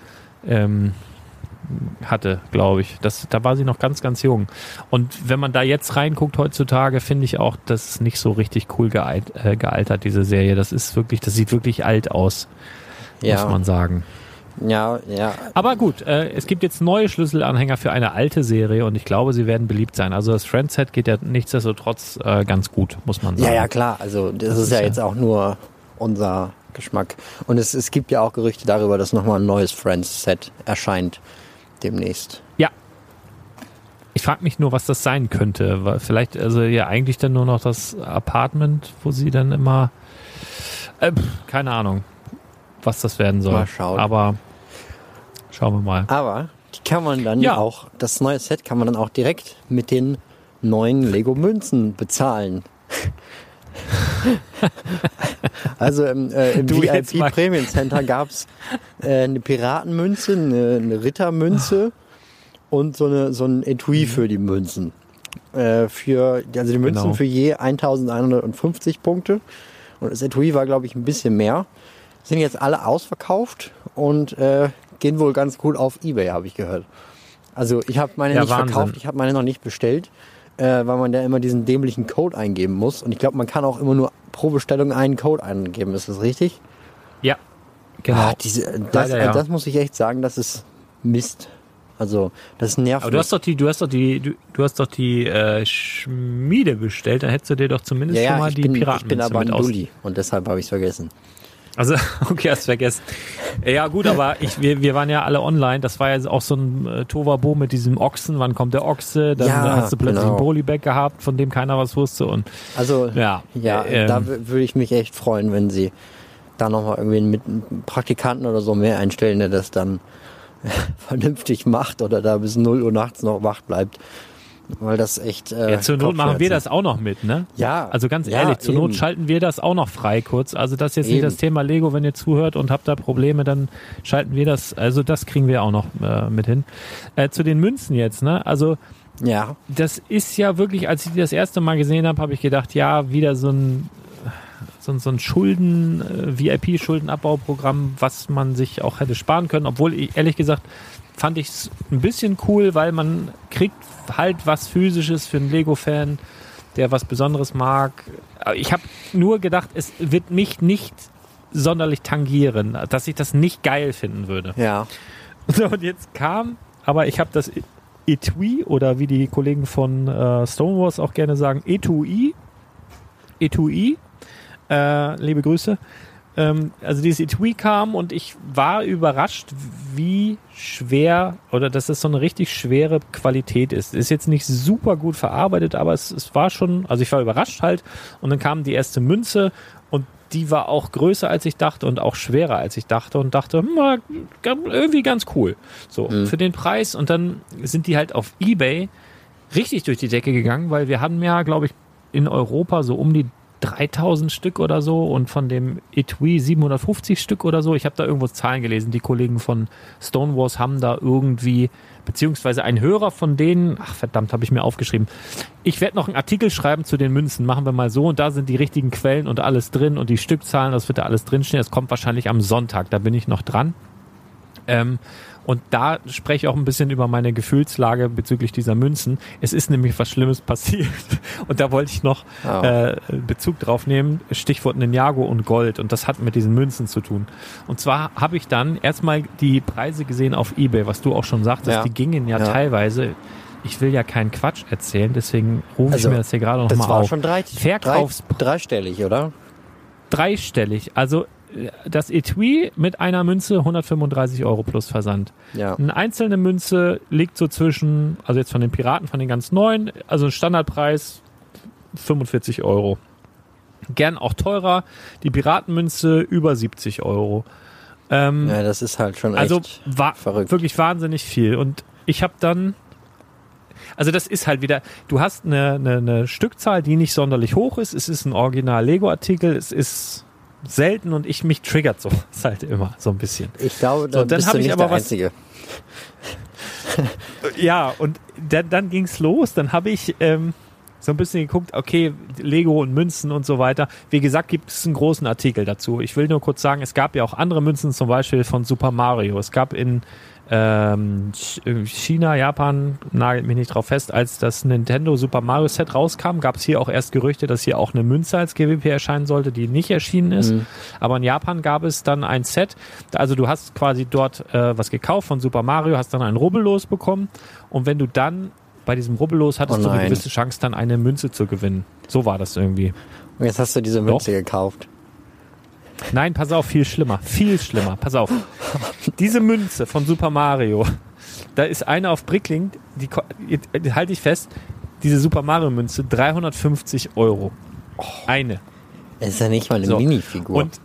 hatte, glaube ich. Da war sie noch ganz, ganz jung. Und wenn man da jetzt reinguckt heutzutage, finde ich auch, das ist nicht so richtig cool gealtert, diese Serie. Das sieht wirklich alt aus, muss man sagen. Ja. Aber gut, es gibt jetzt neue Schlüsselanhänger für eine alte Serie und ich glaube, sie werden beliebt sein. Also das Friends-Set geht ja nichtsdestotrotz ganz gut, muss man sagen. Ja, klar. Also das ist ja jetzt auch nur unser Geschmack. Und es gibt ja auch Gerüchte darüber, dass nochmal ein neues Friends-Set erscheint demnächst. Ja. Ich frage mich nur, was das sein könnte. Weil vielleicht, also ja, eigentlich dann nur noch das Apartment, wo sie dann immer keine Ahnung, was das werden soll. Mal schauen. Aber schauen wir mal. Aber die kann man dann auch, das neue Set kann man dann auch direkt mit den neuen Lego-Münzen bezahlen. Also im VIP Premium Center gab es eine Piratenmünze, eine Rittermünze und so ein Etui für die Münzen. Also die Münzen für je 1150 Punkte. Und das Etui war, glaube ich, ein bisschen mehr. Sind jetzt alle ausverkauft und gehen wohl ganz gut auf eBay, habe ich gehört. Also ich habe meine nicht verkauft, ich habe meine noch nicht bestellt, weil man ja immer diesen dämlichen Code eingeben muss. Und ich glaube, man kann auch immer nur pro Bestellung einen Code eingeben. Ist das richtig? Ja, genau. Das muss ich echt sagen, das ist Mist. Also das nervt. Aber du hast doch die Schmiede bestellt, dann hättest du dir doch zumindest schon mal die Piratenmünze ich bin aber ein Dulli und deshalb habe ich es vergessen. Also, okay, hast vergessen. Ja gut, aber wir waren ja alle online. Das war ja auch so ein Tohuwabohu mit diesem Ochsen. Wann kommt der Ochse? Dann hast du plötzlich einen Polybag gehabt, von dem keiner was wusste. Und also da würde ich mich echt freuen, wenn sie da nochmal irgendwie mit einem Praktikanten oder so mehr einstellen, der das dann vernünftig macht oder da bis 0 Uhr nachts noch wach bleibt. weil das echt Ja, zur Not machen wir das auch noch mit, ne? Ja. Also ganz ja, ehrlich, zur Not eben. schalten wir das auch noch frei kurz. Also das ist jetzt nicht Eben. das Thema Lego, wenn ihr zuhört und habt da Probleme, dann schalten wir das, also das kriegen wir auch noch mit hin. Zu den Münzen jetzt, ne? Also Ja, das ist ja wirklich, als ich die das erste Mal gesehen habe, habe ich gedacht, ja, wieder so ein VIP-Schuldenabbauprogramm, was man sich auch hätte sparen können. Obwohl, ehrlich gesagt, fand ich es ein bisschen cool, weil man kriegt halt was Physisches für einen Lego-Fan, der was Besonderes mag. Ich habe nur gedacht, es wird mich nicht sonderlich tangieren, dass ich das nicht geil finden würde. ja. So, und jetzt aber ich habe das Etui oder wie die Kollegen von Stonewalls auch gerne sagen, Etui, liebe Grüße. Also dieses Etui kam und ich war überrascht, wie schwer oder dass es so eine richtig schwere Qualität ist. Ist jetzt nicht super gut verarbeitet, aber es war schon, also ich war überrascht halt und dann kam die erste Münze und die war auch größer als ich dachte und auch schwerer als ich dachte und dachte, irgendwie ganz cool. So, für den Preis und dann sind die halt auf eBay richtig durch die Decke gegangen, weil wir hatten ja, glaube ich, in Europa so um die 3000 Stück oder so und von dem Etui 750 Stück oder so. Ich habe da irgendwo Zahlen gelesen. Die Kollegen von Stonewalls haben da irgendwie, beziehungsweise ein Hörer von denen, ach verdammt, habe ich mir aufgeschrieben. Ich werde noch einen Artikel schreiben zu den Münzen, machen wir mal so und da sind die richtigen Quellen und alles drin und die Stückzahlen, das wird da alles drinstehen. Das kommt wahrscheinlich am Sonntag, da bin ich noch dran. Und da spreche ich auch ein bisschen über meine Gefühlslage bezüglich dieser Münzen. Es ist nämlich was Schlimmes passiert. Und da wollte ich noch Bezug drauf nehmen. Stichwort Ninjago und Gold. Und das hat mit diesen Münzen zu tun. Und zwar habe ich dann erstmal die Preise gesehen auf eBay, was du auch schon sagtest. Ja. Die gingen ja teilweise. Ich will ja keinen Quatsch erzählen, deswegen rufe ich mir das hier gerade noch das mal war auf. schon dreistellig, oder? Dreistellig. Also das Etui mit einer Münze 135 € plus Versand. Ja. Eine einzelne Münze liegt so zwischen, also jetzt von den Piraten, von den ganz neuen, also ein Standardpreis 45 €. Gern auch teurer. Die Piratenmünze über 70 €. Ja, das ist halt schon echt Also verrückt. wirklich wahnsinnig viel. Und ich habe dann, also das ist halt wieder, du hast eine Stückzahl, die nicht sonderlich hoch ist. Es ist ein Original-Lego-Artikel. Es ist selten und mich triggert so. Ist halt immer so ein bisschen. Ich glaube, da So, dann bist hab du ich nicht aber der was- Einzige. Ja, und dann ging's los. Dann habe ich so ein bisschen geguckt, okay, Lego und Münzen und so weiter. Wie gesagt, gibt es einen großen Artikel dazu. Ich will nur kurz sagen, es gab ja auch andere Münzen, zum Beispiel von Super Mario. Es gab in China, Japan, nagelt mich nicht drauf fest, als das Nintendo Super Mario Set rauskam, gab es hier auch erst Gerüchte, dass hier auch eine Münze als GWP erscheinen sollte, die nicht erschienen ist. Aber in Japan gab es dann ein Set, also du hast quasi dort was gekauft von Super Mario, hast dann ein Rubbellos bekommen und wenn du dann bei diesem Rubbellos hattest du eine nein. gewisse Chance, dann eine Münze zu gewinnen. So war das irgendwie. Und jetzt hast du diese Münze gekauft. Nein, pass auf, viel schlimmer, pass auf. Diese Münze von Super Mario, da ist eine auf Bricklink, die halte ich fest, diese Super Mario Münze, 350 €. Eine. Es ist ja nicht mal eine So. Minifigur. Und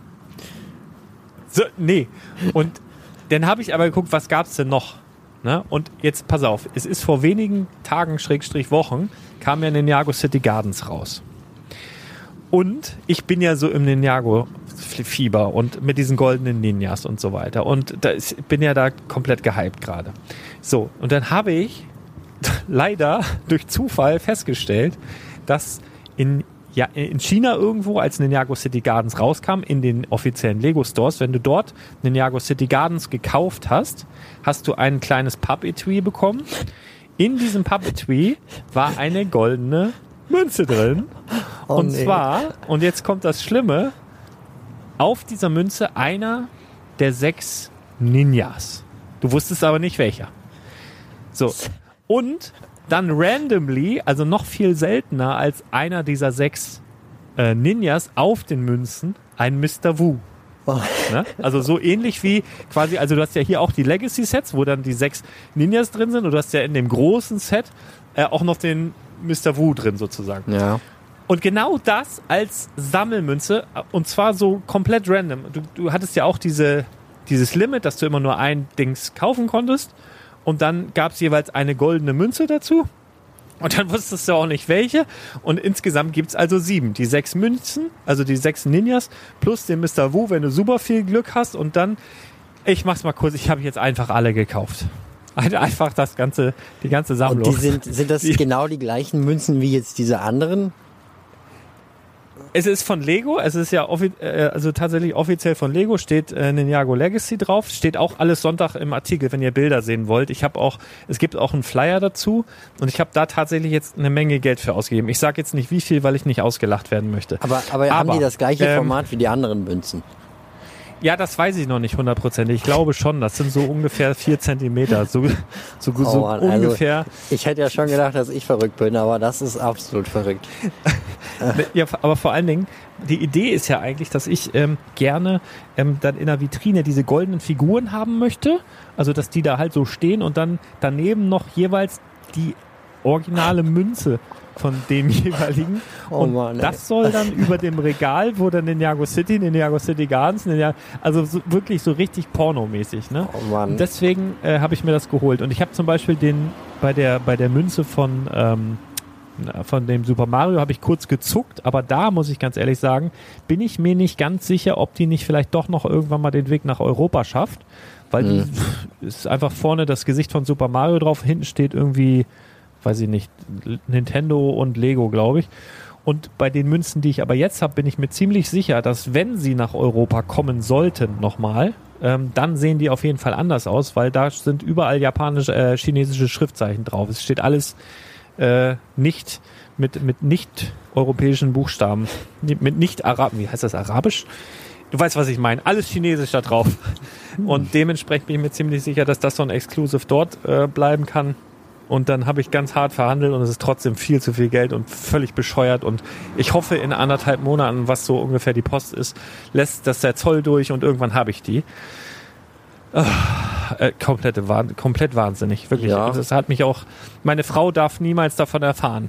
und dann habe ich aber geguckt, was gab's denn noch? Ne? Und jetzt pass auf, es ist vor wenigen Tagen, Wochen, kam ja Ninjago City Gardens raus. Und ich bin ja so im Ninjago-Fieber und mit diesen goldenen Ninjas und so weiter. Und bin ja da komplett gehypt gerade. So, und dann habe ich leider durch Zufall festgestellt, dass in China irgendwo, als Ninjago City Gardens rauskam, in den offiziellen Lego-Stores, wenn du dort Ninjago City Gardens gekauft hast, hast du ein kleines Papp-Etui bekommen. In diesem Papp-Etui war eine goldene Münze drin. Oh, und nee. zwar, und jetzt kommt das Schlimme, auf dieser Münze einer der 6 Ninjas. Du wusstest aber nicht welcher. So. Und dann randomly, also noch viel seltener als einer dieser 6 Ninjas auf den Münzen, ein Mr. Wu. Oh. Ne? Also so ähnlich wie quasi, also du hast ja hier auch die Legacy-Sets, wo dann die 6 Ninjas drin sind und du hast ja in dem großen Set auch noch den Mr. Wu drin sozusagen. Ja. Und genau das als Sammelmünze und zwar so komplett random. Du hattest ja auch dieses Limit, dass du immer nur ein Dings kaufen konntest und dann gab es jeweils eine goldene Münze dazu Und dann wusstest du auch nicht welche. Und insgesamt gibt's also 7. Die 6 Münzen, also die 6 Ninjas, plus den Mr. Wu, wenn du super viel Glück hast. Und dann, ich mach's mal kurz, ich habe jetzt einfach alle gekauft. Einfach die ganze Sammlung. Und sind das genau die gleichen Münzen wie jetzt diese anderen? Es ist von Lego, es ist ja also tatsächlich offiziell von Lego, steht Ninjago Legacy drauf, steht auch alles Sonntag im Artikel, wenn ihr Bilder sehen wollt. Es gibt auch einen Flyer dazu und ich habe da tatsächlich jetzt eine Menge Geld für ausgegeben. Ich sage jetzt nicht wie viel, weil ich nicht ausgelacht werden möchte. Aber haben die das gleiche Format wie die anderen Münzen? Ja, das weiß ich noch nicht 100%. Ich glaube schon, das sind so ungefähr 4 Zentimeter. So Mann, ungefähr. Also ich hätte ja schon gedacht, dass ich verrückt bin, aber das ist absolut verrückt. Ja, aber vor allen Dingen, die Idee ist ja eigentlich, dass ich gerne dann in der Vitrine diese goldenen Figuren haben möchte. Also, dass die da halt so stehen und dann daneben noch jeweils die originale Münze von dem jeweiligen. Und Mann, das soll dann über dem Regal, wo dann Ninjago City Gardens, also so, wirklich so richtig pornomäßig, ne? Oh Mann. Und deswegen habe ich mir das geholt. Und ich habe zum Beispiel bei der Münze von dem Super Mario habe ich kurz gezuckt, aber da muss ich ganz ehrlich sagen, bin ich mir nicht ganz sicher, ob die nicht vielleicht doch noch irgendwann mal den Weg nach Europa schafft, weil die ist einfach vorne das Gesicht von Super Mario drauf, hinten steht irgendwie, weiß ich nicht, Nintendo und Lego, glaube ich. Und bei den Münzen, die ich aber jetzt habe, bin ich mir ziemlich sicher, dass wenn sie nach Europa kommen sollten nochmal, dann sehen die auf jeden Fall anders aus, weil da sind überall japanische, chinesische Schriftzeichen drauf. Es steht alles nicht mit nicht europäischen Buchstaben, mit nicht wie heißt das, Arabisch? Du weißt, was ich meine. Alles Chinesisch da drauf. Und dementsprechend bin ich mir ziemlich sicher, dass das so ein Exclusive dort bleiben kann. Und dann habe ich ganz hart verhandelt und es ist trotzdem viel zu viel Geld und völlig bescheuert. Und ich hoffe, in 1,5 Monaten, was so ungefähr die Post ist, lässt das der Zoll durch und irgendwann habe ich die. Komplett wahnsinnig, wirklich. Ja. Das hat mich auch, meine Frau darf niemals davon erfahren.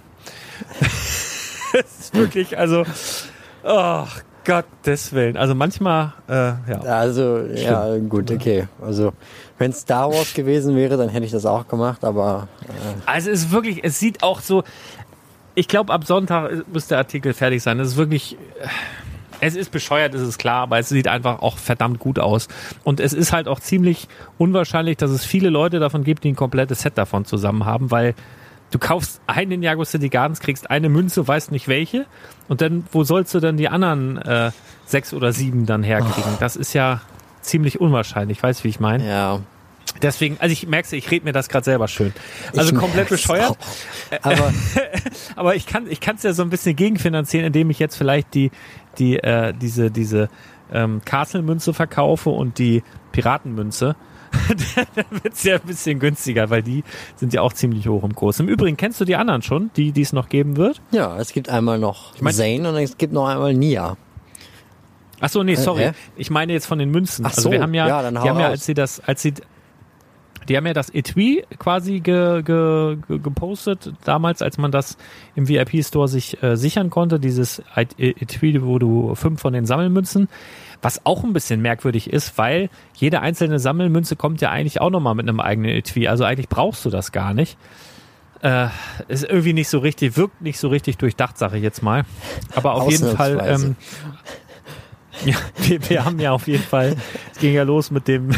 Es ist wirklich, also, oh Gottes Willen. Also manchmal, ja. Also, ja, gut, okay. Also, wenn es Star Wars gewesen wäre, dann hätte ich das auch gemacht, aber... Also es ist wirklich, es sieht auch so, ich glaube, ab Sonntag muss der Artikel fertig sein. Es ist wirklich... Es ist bescheuert, ist es klar, aber es sieht einfach auch verdammt gut aus. Und es ist halt auch ziemlich unwahrscheinlich, dass es viele Leute davon gibt, die ein komplettes Set davon zusammen haben, weil du kaufst einen Ninjago City Gardens, kriegst eine Münze, weißt nicht welche. Und dann, wo sollst du dann die anderen 6 oder 7 dann herkriegen? Das ist ja ziemlich unwahrscheinlich, weißt du, wie ich meine? Ja. Deswegen, also ich merke, ich rede mir das gerade selber schön. Also komplett bescheuert. Aber ich kann es ja so ein bisschen gegenfinanzieren, indem ich jetzt vielleicht diese Castle-Münze verkaufe und die Piratenmünze. Dann wird es ja ein bisschen günstiger, weil die sind ja auch ziemlich hoch im Kurs. Im Übrigen, kennst du die anderen schon, die es noch geben wird? Ja, es gibt einmal noch Zane und es gibt noch einmal Nia. Ach so, nee, sorry. Ich meine jetzt von den Münzen. Ach so, also wir haben ja, dann die haben ja, die haben ja das Etui quasi gepostet, damals, als man das im VIP-Store sich sichern konnte, dieses Etui, wo du 5 von den Sammelmünzen, was auch ein bisschen merkwürdig ist, weil jede einzelne Sammelmünze kommt ja eigentlich auch nochmal mit einem eigenen Etui, also eigentlich brauchst du das gar nicht. Ist irgendwie nicht so richtig, wirkt nicht so richtig durchdacht, sage ich jetzt mal. Aber auf jeden Fall, ja, wir haben ja auf jeden Fall, es ging ja los mit dem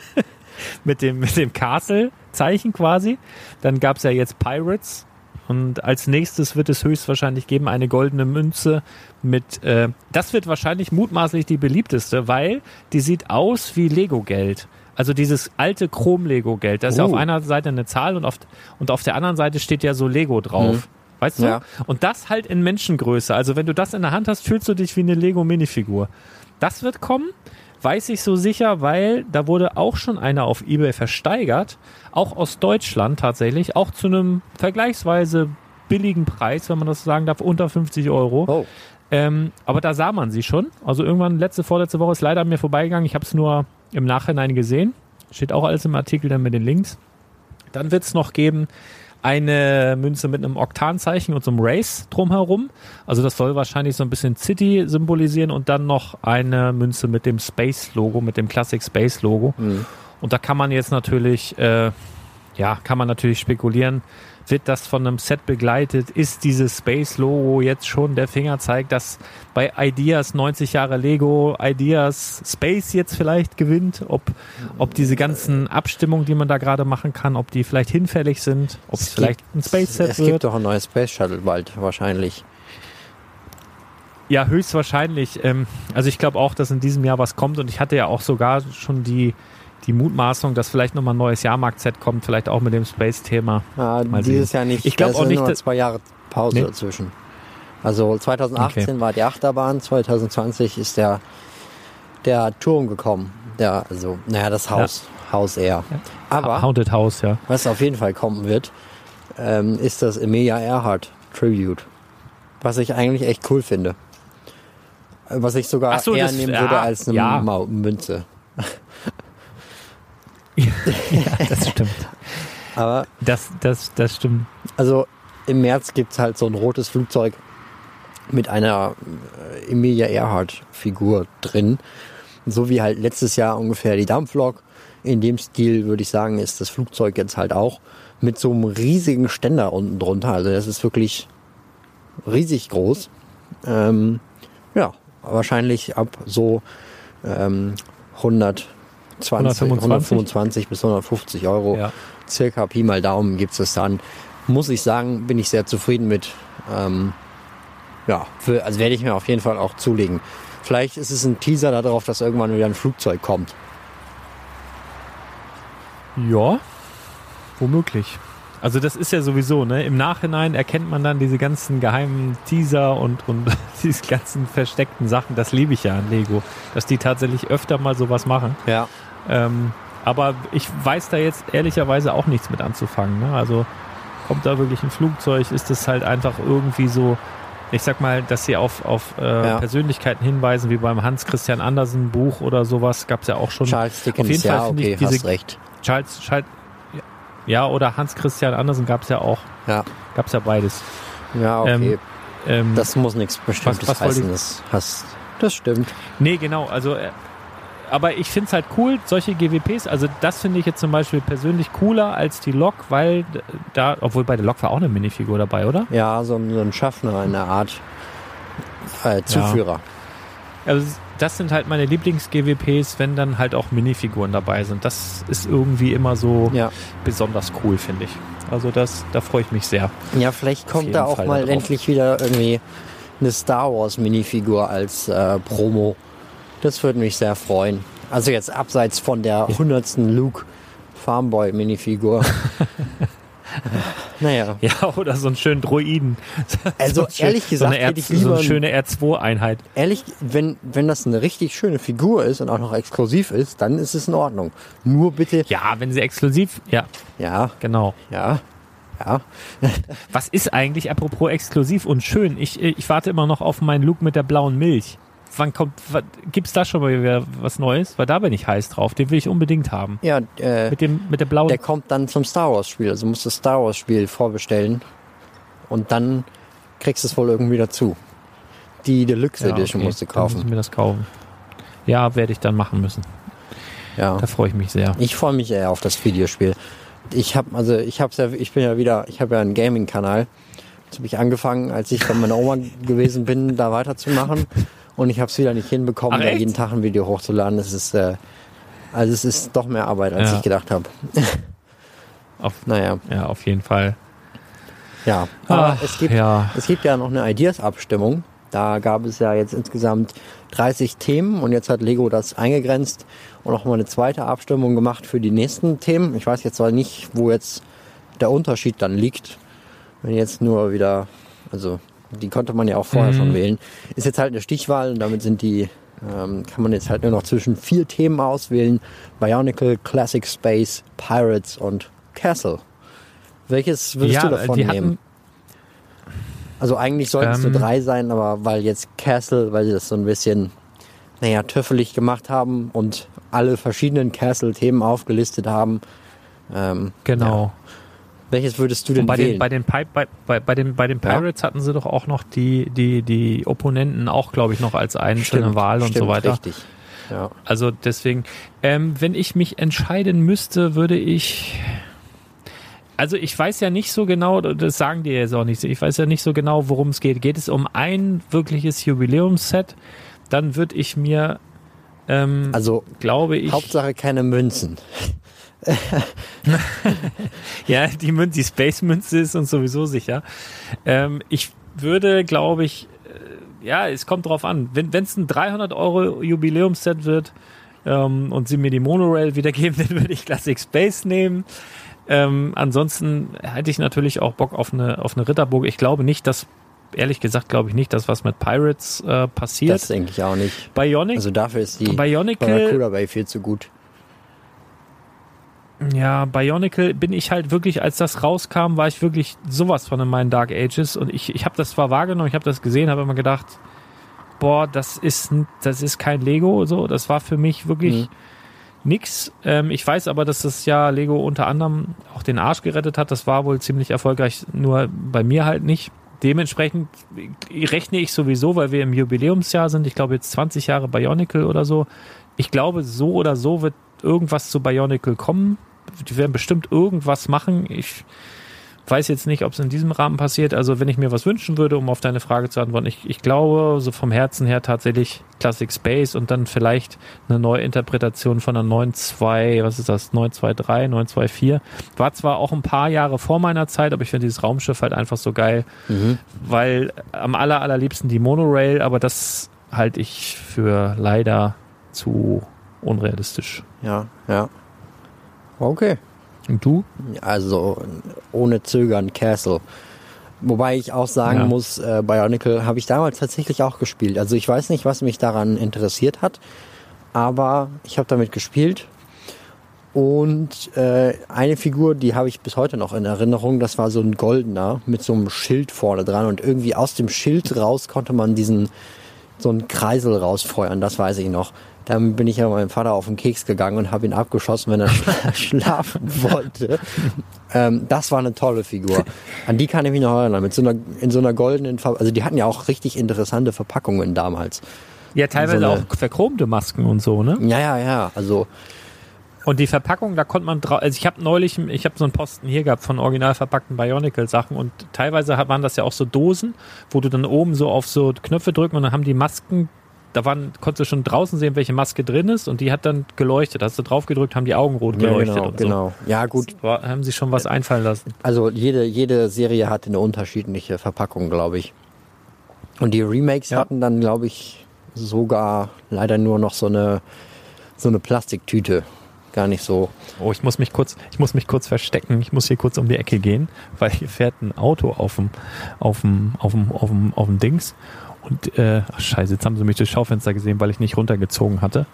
Castle-Zeichen quasi. Dann gab es ja jetzt Pirates. Und als nächstes wird es höchstwahrscheinlich geben eine goldene Münze mit, das wird wahrscheinlich mutmaßlich die beliebteste, weil die sieht aus wie Lego-Geld. Also dieses alte Chrom-Lego-Geld. Da ist ja auf einer Seite eine Zahl und auf der anderen Seite steht ja so Lego drauf. Weißt du? Ja. Und das halt in Menschengröße. Also wenn du das in der Hand hast, fühlst du dich wie eine Lego-Minifigur. Das wird kommen. Weiß ich so sicher, weil da wurde auch schon einer auf eBay versteigert, auch aus Deutschland tatsächlich, auch zu einem vergleichsweise billigen Preis, wenn man das sagen darf, unter 50 Euro. Oh. Aber da sah man sie schon. Also irgendwann vorletzte Woche ist leider an mir vorbeigegangen. Ich habe es nur im Nachhinein gesehen. Steht auch alles im Artikel dann mit den Links. Dann wird es noch geben eine Münze mit einem Oktanzeichen und so einem Race drumherum. Also das soll wahrscheinlich so ein bisschen City symbolisieren und dann noch eine Münze mit dem Space-Logo, mit dem Classic Space-Logo. Mhm. Und da kann man jetzt natürlich ja, kann man natürlich spekulieren. Wird das von einem Set begleitet? Ist dieses Space-Logo jetzt schon der Fingerzeig, dass bei Ideas 90 Jahre Lego Ideas Space jetzt vielleicht gewinnt? Ob diese ganzen Abstimmungen, die man da gerade machen kann, ob die vielleicht hinfällig sind? Ob es vielleicht ein Space-Set wird? Es gibt doch ein neues Space Shuttle bald, wahrscheinlich. Ja, höchstwahrscheinlich. Also ich glaube auch, dass in diesem Jahr was kommt und ich hatte ja auch sogar schon die Mutmaßung, dass vielleicht nochmal ein neues Jahrmarkt-Set kommt, vielleicht auch mit dem Space-Thema. Ja, Mal dieses sehen. Jahr nicht. Ich glaube auch nicht, nur dass 2 Jahre Pause dazwischen. Also 2018 war die Achterbahn, 2020 ist der Turm gekommen. Das Haus. Ja. Haus eher. Ja. Aber Haunted House, ja. Was auf jeden Fall kommen wird, ist das Emilia Earhart Tribute. Was ich eigentlich echt cool finde. Was ich sogar eher nehmen würde als eine Münze. Ja, das stimmt. Aber das stimmt. Also im März gibt es halt so ein rotes Flugzeug mit einer Emilia Earhart Figur drin. So wie halt letztes Jahr ungefähr die Dampflok. In dem Stil würde ich sagen, ist das Flugzeug jetzt halt auch mit so einem riesigen Ständer unten drunter. Also das ist wirklich riesig groß. Wahrscheinlich ab so 125 bis 150 Euro. Ja. Circa Pi mal Daumen gibt es dann. Muss ich sagen, bin ich sehr zufrieden mit. Also werde ich mir auf jeden Fall auch zulegen. Vielleicht ist es ein Teaser darauf, dass irgendwann wieder ein Flugzeug kommt. Ja, womöglich. Also das ist ja sowieso, ne? Im Nachhinein erkennt man dann diese ganzen geheimen Teaser und diese ganzen versteckten Sachen. Das liebe ich ja an Lego, dass die tatsächlich öfter mal sowas machen. Ja. Aber ich weiß da jetzt ehrlicherweise auch nichts mit anzufangen. Ne? Also kommt da wirklich ein Flugzeug? Ist das halt einfach irgendwie so, ich sag mal, dass sie auf Persönlichkeiten hinweisen, wie beim Hans Christian Andersen Buch oder sowas, gab es ja auch schon. Charles Dickens, auf jeden Fall finde ich diese, hast recht. Charles, oder Hans Christian Andersen gab es ja auch. Ja. Gab es ja beides. Ja, okay. Das muss nichts Bestimmtes heißen. Das stimmt. Nee, genau. Also, aber ich finde es halt cool, solche GWPs, also das finde ich jetzt zum Beispiel persönlich cooler als die Lok, weil da, obwohl bei der Lok war auch eine Minifigur dabei, oder? Ja, so ein Schaffner, eine Art Zuführer. Ja. Also das sind halt meine Lieblings-GWPs, wenn dann halt auch Minifiguren dabei sind. Das ist irgendwie immer so besonders cool, finde ich. Also da freue ich mich sehr. Ja, vielleicht kommt da auch mal endlich wieder irgendwie eine Star Wars Minifigur als Promo. Das würde mich sehr freuen. Also jetzt abseits von der 100. Luke Farmboy Minifigur. Naja. Ja, oder so einen schönen Droiden. Also so ehrlich gesagt, hätte ich lieber so eine schöne R2-Einheit. Ehrlich, wenn das eine richtig schöne Figur ist und auch noch exklusiv ist, dann ist es in Ordnung. Nur bitte... Ja, wenn sie exklusiv... Ja, genau. Ja. Was ist eigentlich, apropos exklusiv und schön? Ich warte immer noch auf meinen Luke mit der blauen Milch. Gibt's da schon mal wieder was Neues? Weil da bin ich heiß drauf. Den will ich unbedingt haben. Ja, mit der blauen. Der kommt dann zum Star Wars Spiel. Also musst du das Star Wars Spiel vorbestellen und dann kriegst du es wohl irgendwie dazu. Die Deluxe Edition musst du kaufen. Dann muss ich mir das kaufen. Ja, werde ich dann machen müssen. Ja. Da freue ich mich sehr. Ich freue mich eher auf das Videospiel. Ich habe ja einen Gaming-Kanal. Jetzt habe ich angefangen, als ich bei meiner Oma gewesen bin, da weiterzumachen. Und ich habe es wieder nicht hinbekommen, da jeden Tag ein Video hochzuladen. Es ist doch mehr Arbeit, als ich gedacht habe. Ja, auf jeden Fall. Ja, aber es gibt ja noch eine Ideas-Abstimmung. Da gab es ja jetzt insgesamt 30 Themen und jetzt hat Lego das eingegrenzt und nochmal eine zweite Abstimmung gemacht für die nächsten Themen. Ich weiß jetzt zwar nicht, wo jetzt der Unterschied dann liegt. Wenn jetzt nur wieder, also die konnte man ja auch vorher schon wählen. Ist jetzt halt eine Stichwahl und damit kann man jetzt halt nur noch zwischen 4 Themen auswählen. Bionicle, Classic Space, Pirates und Castle. Welches würdest du davon nehmen? Also eigentlich sollten es nur 3 sein, aber weil jetzt Castle, weil sie das so ein bisschen, töffelig gemacht haben und alle verschiedenen Castle-Themen aufgelistet haben. Genau. Ja. Welches würdest du denn wählen? Bei den Pirates hatten sie doch auch noch die Opponenten auch, glaube ich, noch als einzelne Wahl und so weiter. Richtig. Ja. Also deswegen, wenn ich mich entscheiden müsste, würde ich... Also ich weiß ja nicht so genau, das sagen die jetzt auch nicht so, ich weiß ja nicht so genau, worum es geht. Geht es um ein wirkliches Jubiläumsset, dann würde ich mir, Also glaube ich... Hauptsache keine Münzen. Ja, die Space-Münze ist uns sowieso sicher. Ich würde, glaube ich, ja, es kommt drauf an. Wenn es ein 300 € Jubiläumsset wird und sie mir die Monorail wiedergeben, dann würde ich Classic Space nehmen. Ansonsten hätte ich natürlich auch Bock auf eine Ritterburg. Ich glaube nicht, dass, ehrlich gesagt, glaube ich nicht, dass was mit Pirates passiert. Das denke ich auch nicht. Bionic, Also dafür ist die Bionicle, Barracuda Bay viel zu gut. ja, Bionicle bin ich halt wirklich, als das rauskam, war ich wirklich sowas von in meinen Dark Ages und ich habe das zwar wahrgenommen, ich habe das gesehen, habe immer gedacht, boah, das ist kein Lego, so, das war für mich wirklich nix. Ich weiß aber, dass das ja Lego unter anderem auch den Arsch gerettet hat, das war wohl ziemlich erfolgreich, nur bei mir halt nicht. Dementsprechend rechne ich sowieso, weil wir im Jubiläumsjahr sind, ich glaube jetzt 20 Jahre Bionicle oder so. Ich glaube, so oder so wird irgendwas zu Bionicle kommen. Die werden bestimmt irgendwas machen. Ich weiß jetzt nicht, ob es in diesem Rahmen passiert. Also wenn ich mir was wünschen würde, um auf deine Frage zu antworten, ich glaube so vom Herzen her tatsächlich Classic Space und dann vielleicht eine Neuinterpretation von einer 9.2, was ist das, 9.2.3, 9.2.4. War zwar auch ein paar Jahre vor meiner Zeit, aber ich finde dieses Raumschiff halt einfach so geil, weil am allerliebsten die Monorail, aber das halte ich für leider zu unrealistisch. Ja. Okay. Und du? Also ohne Zögern Castle. Wobei ich auch sagen muss, Bionicle habe ich damals tatsächlich auch gespielt. Also ich weiß nicht, was mich daran interessiert hat, aber ich habe damit gespielt. Und eine Figur, die habe ich bis heute noch in Erinnerung, das war so ein goldener mit so einem Schild vorne dran. Und irgendwie aus dem Schild raus konnte man so einen Kreisel rausfeuern, das weiß ich noch. Dann bin ich ja meinem Vater auf den Keks gegangen und habe ihn abgeschossen, wenn er schlafen wollte. Das war eine tolle Figur. An die kann ich mich noch erinnern. In so einer goldenen also die hatten ja auch richtig interessante Verpackungen damals. Ja, teilweise auch verchromte Masken und so, ne? Ja. Also und die Verpackung, da konnte man also ich habe so einen Posten hier gehabt von original verpackten Bionicle-Sachen und teilweise waren das ja auch so Dosen, wo du dann oben so auf so Knöpfe drücken und dann haben die Masken, konntest du schon draußen sehen, welche Maske drin ist und die hat dann geleuchtet. Hast du drauf gedrückt, haben die Augen rot geleuchtet. Ja, und genau. So. Ja, gut. Haben sie schon was einfallen lassen. Also jede Serie hatte eine unterschiedliche Verpackung, glaube ich. Und die Remakes hatten dann, glaube ich, sogar leider nur noch so eine Plastiktüte. Gar nicht so. Oh, ich muss mich kurz verstecken. Ich muss hier kurz um die Ecke gehen, weil hier fährt ein Auto auf dem Dings. Und, ach scheiße, jetzt haben sie mich durchs Schaufenster gesehen, weil ich nicht runtergezogen hatte.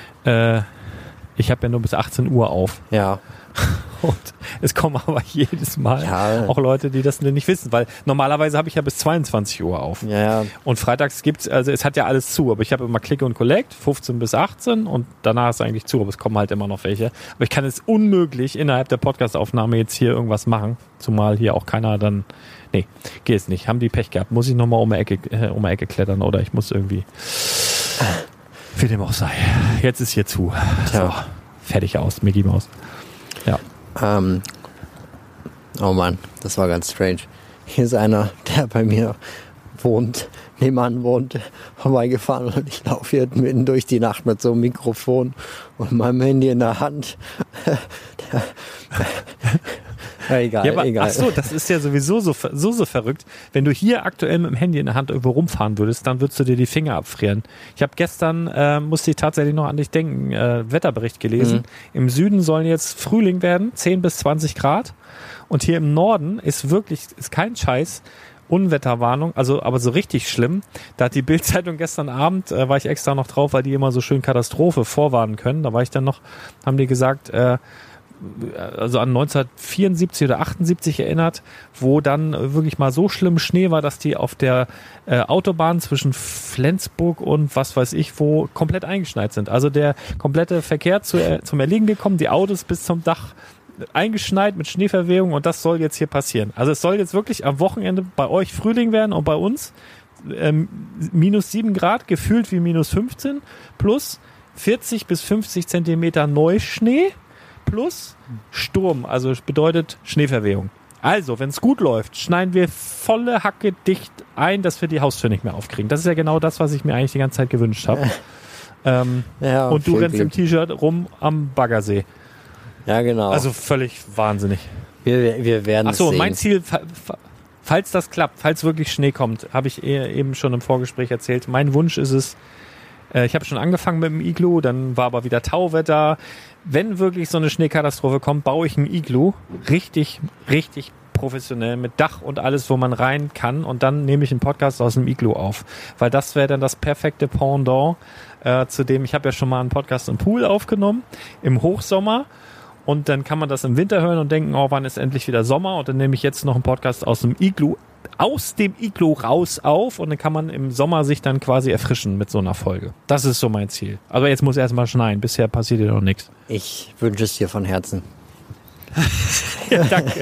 Ich habe ja nur bis 18 Uhr auf. Ja. Und es kommen aber jedes Mal auch Leute, die das nicht wissen, weil normalerweise habe ich ja bis 22 Uhr auf. Ja. Und freitags gibt's, also es hat ja alles zu, aber ich habe immer Click und Collect, 15 bis 18 und danach ist eigentlich zu, aber es kommen halt immer noch welche. Aber ich kann es unmöglich innerhalb der Podcast-Aufnahme jetzt hier irgendwas machen, zumal hier auch keiner dann, nee, geht es nicht, haben die Pech gehabt, muss ich nochmal um die Ecke klettern oder ich muss irgendwie, wie dem auch sei, jetzt ist hier zu. So, fertig aus, Mickey Maus. Ja. Oh Mann, das war ganz strange. Hier ist einer, der bei mir nebenan wohnt, vorbeigefahren und ich laufe hier mitten durch die Nacht mit so einem Mikrofon und meinem Handy in der Hand. Egal, ja, aber, egal. Ach so, das ist ja sowieso so verrückt. Wenn du hier aktuell mit dem Handy in der Hand irgendwo rumfahren würdest, dann würdest du dir die Finger abfrieren. Ich habe gestern, musste ich tatsächlich noch an dich denken, Wetterbericht gelesen. Im Süden sollen jetzt Frühling werden, 10 bis 20 Grad. Und hier im Norden ist kein Scheiß, Unwetterwarnung, also aber so richtig schlimm. Da hat die Bild-Zeitung gestern Abend, war ich extra noch drauf, weil die immer so schön Katastrophe vorwarnen können. Da war ich dann noch, haben die gesagt, also an 1974 oder 78 erinnert, wo dann wirklich mal so schlimm Schnee war, dass die auf der Autobahn zwischen Flensburg und was weiß ich wo komplett eingeschneit sind. Also der komplette Verkehr zum Erliegen gekommen, die Autos bis zum Dach eingeschneit mit Schneeverwehung und das soll jetzt hier passieren. Also es soll jetzt wirklich am Wochenende bei euch Frühling werden und bei uns minus 7 Grad, gefühlt wie minus 15, plus 40 bis 50 Zentimeter Neuschnee, plus Sturm, also bedeutet Schneeverwehung. Also, wenn es gut läuft, schneiden wir volle Hacke dicht ein, dass wir die Haustür nicht mehr aufkriegen. Das ist ja genau das, was ich mir eigentlich die ganze Zeit gewünscht habe. Ja, und du viel rennst im Glück. T-Shirt rum am Baggersee. Ja, genau. Also völlig wahnsinnig. wir werden Achso, es und sehen. mein Ziel, falls das klappt, falls wirklich Schnee kommt, habe ich eben schon im Vorgespräch erzählt. Mein Wunsch ist es, ich habe schon angefangen mit dem Iglu, dann war aber wieder Tauwetter. Wenn wirklich so eine Schneekatastrophe kommt, baue ich ein Iglu. Richtig, richtig professionell mit Dach und alles, wo man rein kann. Und dann nehme ich einen Podcast aus dem Iglu auf. Weil das wäre dann das perfekte Pendant zu dem, ich habe ja schon mal einen Podcast im Pool aufgenommen, im Hochsommer. Und dann kann man das im Winter hören und denken, oh, wann ist endlich wieder Sommer? Und dann nehme ich jetzt noch einen Podcast aus dem Iglu raus auf und dann kann man im Sommer sich dann quasi erfrischen mit so einer Folge. Das ist so mein Ziel. Aber jetzt muss erstmal schneien. Bisher passiert ja noch nichts. Ich wünsche es dir von Herzen. Ja, danke.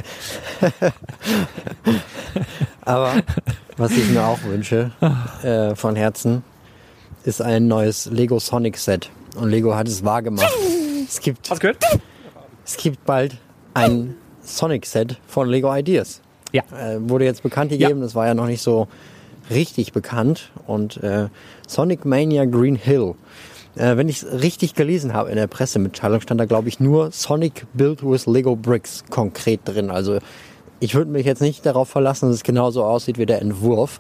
Aber was ich mir auch wünsche, von Herzen, ist ein neues Lego Sonic Set. Und Lego hat es wahrgemacht. Hast du gehört? Es gibt bald ein Sonic Set von Lego Ideas. Ja. Wurde jetzt bekannt gegeben, das war ja noch nicht so richtig bekannt. Und Sonic Mania Green Hill. Wenn ich es richtig gelesen habe in der Pressemitteilung, stand da, glaube ich, nur Sonic Built with Lego Bricks konkret drin. Also ich würde mich jetzt nicht darauf verlassen, dass es genauso aussieht wie der Entwurf.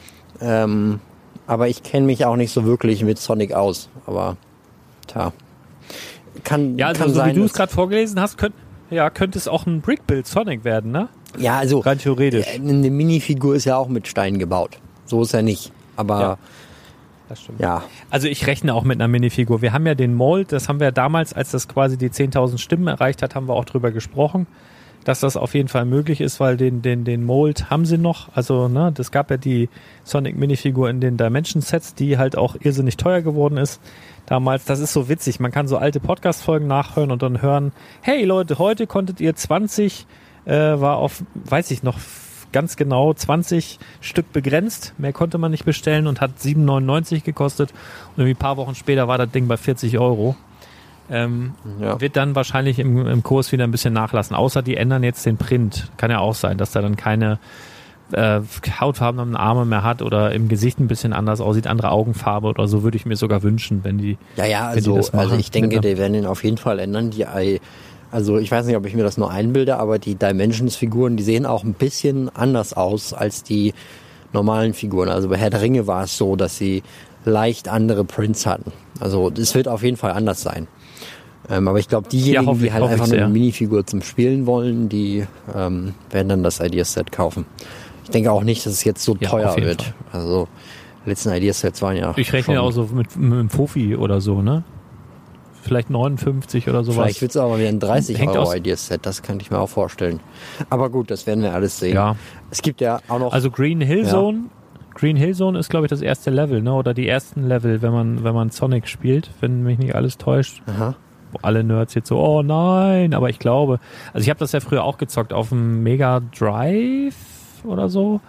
Aber ich kenne mich auch nicht so wirklich mit Sonic aus. Aber tja, kann Ja, also kann so sein, wie du es dass- gerade vorgelesen hast, könnte es auch ein Brick-Build Sonic werden, ne? Ja, also Rein theoretisch. eine Minifigur ist ja auch mit Steinen gebaut. So ist er nicht. Aber Ja. Das stimmt. ja. Also ich rechne auch mit einer Minifigur. Wir haben ja den Mold, das haben wir damals, als das quasi die 10.000 Stimmen erreicht hat, haben wir auch drüber gesprochen, dass das auf jeden Fall möglich ist, weil den Mold haben sie noch. Also, ne, das gab ja die Sonic Minifigur in den Dimension Sets, die halt auch irrsinnig teuer geworden ist damals. Das ist so witzig. Man kann so alte Podcast-Folgen nachhören und dann hören, hey Leute, heute konntet ihr 20, war auf, weiß ich noch, ganz genau 20 Stück begrenzt. Mehr konnte man nicht bestellen und hat 7,99 gekostet. Und irgendwie ein paar Wochen später war das Ding bei 40 Euro. Ja. Wird dann wahrscheinlich im Kurs wieder ein bisschen nachlassen. Außer die ändern jetzt den Print. Kann ja auch sein, dass da dann keine hautfarbenen Arme mehr hat oder im Gesicht ein bisschen anders aussieht, andere Augenfarbe oder so, würde ich mir sogar wünschen, wenn die Ja, wenn die das also machen. ich denke, Mit einer- die werden ihn auf jeden Fall ändern. Also ich weiß nicht, ob ich mir das nur einbilde, aber die Dimensions-Figuren, die sehen auch ein bisschen anders aus als die normalen Figuren. Also bei Herr der Ringe war es so, dass sie leicht andere Prints hatten. Also es wird auf jeden Fall anders sein. Aber ich glaube, diejenigen, hoffe die ich- halt hoffe ich einfach nur sehr. eine Minifigur zum Spielen wollen, die werden dann das Ideas-Set kaufen. Ich denke auch nicht, dass es jetzt so Ja, teuer auf jeden wird. Fall. Also die letzten Ideas-Sets waren ja Ich rechne schon- auch so mit einem Fofi oder so, ne? Vielleicht 59 oder sowas. Vielleicht wird es aber wieder ein 30 Hängt Euro aus- Ideas-Set, das könnte ich mir auch vorstellen. Aber gut, das werden wir alles sehen. Ja. Es gibt ja auch noch... Also Green Hill Ja. Zone. Green Hill Zone ist, glaube ich, das erste Level, ne? Oder die ersten Level, wenn man Sonic spielt, wenn mich nicht alles täuscht. Aha. Wo alle Nerds jetzt so, oh nein, aber ich glaube, also ich habe das ja früher auch gezockt auf dem Mega Drive oder so.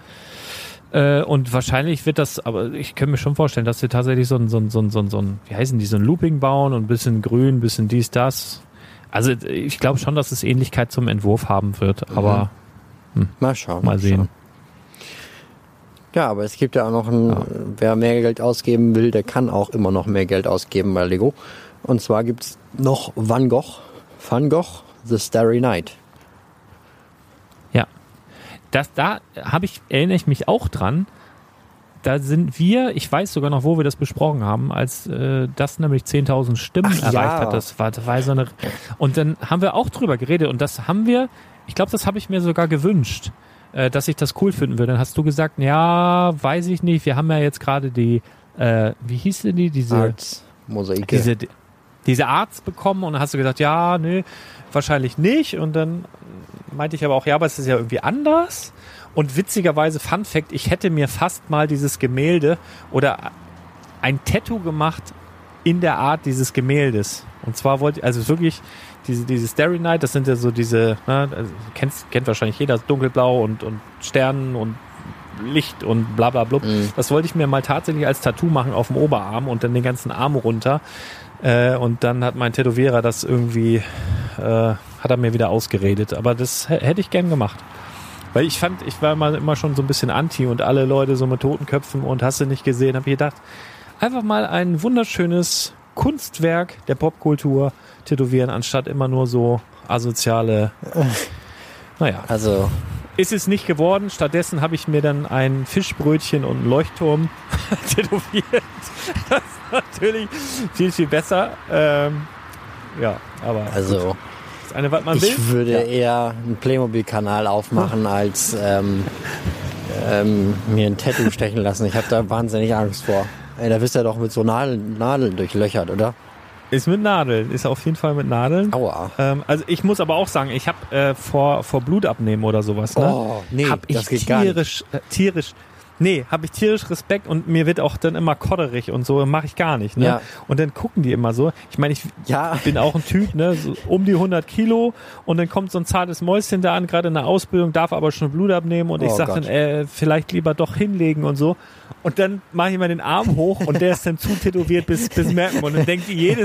Und wahrscheinlich wird das, aber ich könnte mir schon vorstellen, dass wir tatsächlich so ein, wie heißen die, so ein Looping bauen und ein bisschen grün, ein bisschen dies, das. Also ich glaube schon, dass es Ähnlichkeit zum Entwurf haben wird, aber Mal schauen. mal sehen. schauen. Ja, aber es gibt ja auch noch wer mehr Geld ausgeben will, der kann auch immer noch mehr Geld ausgeben bei Lego. Und zwar gibt's noch Van Gogh, The Starry Night. Ja, da erinnere ich mich auch dran. Da sind wir, ich weiß sogar noch, wo wir das besprochen haben, als das nämlich 10.000 Stimmen Ach erreicht ja. hat. Das war so eine. Und dann haben wir auch drüber geredet und das haben wir, ich glaube, das habe ich mir sogar gewünscht, dass ich das cool finden würde. Dann hast du gesagt, ja, weiß ich nicht, wir haben ja jetzt gerade die, wie hieß denn die? Arts, Mosaike. Diese Arts bekommen und dann hast du gesagt, ja, nee, wahrscheinlich nicht. Und dann meinte ich aber auch, ja, aber es ist ja irgendwie anders. Und witzigerweise, Fun Fact, ich hätte mir fast mal dieses Gemälde oder ein Tattoo gemacht in der Art dieses Gemäldes. Und zwar wollte ich, also wirklich, diese Starry Night, das sind ja so diese, ne, also kennt wahrscheinlich jeder, dunkelblau und Sternen und Licht und bla bla blub. Das wollte ich mir mal tatsächlich als Tattoo machen auf dem Oberarm und dann den ganzen Arm runter. Und dann hat mein Tätowierer das irgendwie hat er mir wieder ausgeredet. Aber das hätte ich gern gemacht. Weil ich war mal immer schon so ein bisschen anti und alle Leute so mit Totenköpfen und hast du nicht gesehen, habe ich gedacht, einfach mal ein wunderschönes Kunstwerk der Popkultur tätowieren, anstatt immer nur so asoziale, naja. Also, Ist es nicht geworden. Stattdessen habe ich mir dann ein Fischbrötchen und einen Leuchtturm tätowiert. Das ist natürlich viel, viel besser. Ja, aber also das eine, was man will. ich würde eher einen Playmobil-Kanal aufmachen, als mir ein Tattoo stechen lassen. Ich habe da wahnsinnig Angst vor. Ey, da bist du ja doch mit so Nadeln durchlöchert, oder? Ist mit Nadeln. Ist auf jeden Fall mit Nadeln. Aua. Also ich muss aber auch sagen, ich habe vor Blutabnehmen oder sowas, ne? Oh, nee, hab ich das geht gar nicht. habe ich tierisch Respekt und mir wird auch dann immer kodderig und so, mache ich gar nicht, ne? Ja. Und dann gucken die immer so. Ich meine, ich Ja. bin auch ein Typ, ne, so um die 100 Kilo und dann kommt so ein zartes Mäuschen da an, gerade in der Ausbildung, darf aber schon Blut abnehmen und ich Oh sag Gott. dann, vielleicht lieber doch hinlegen und so. Und dann mache ich mal den Arm hoch und der ist dann zu tätowiert bis Meppen. Und dann denken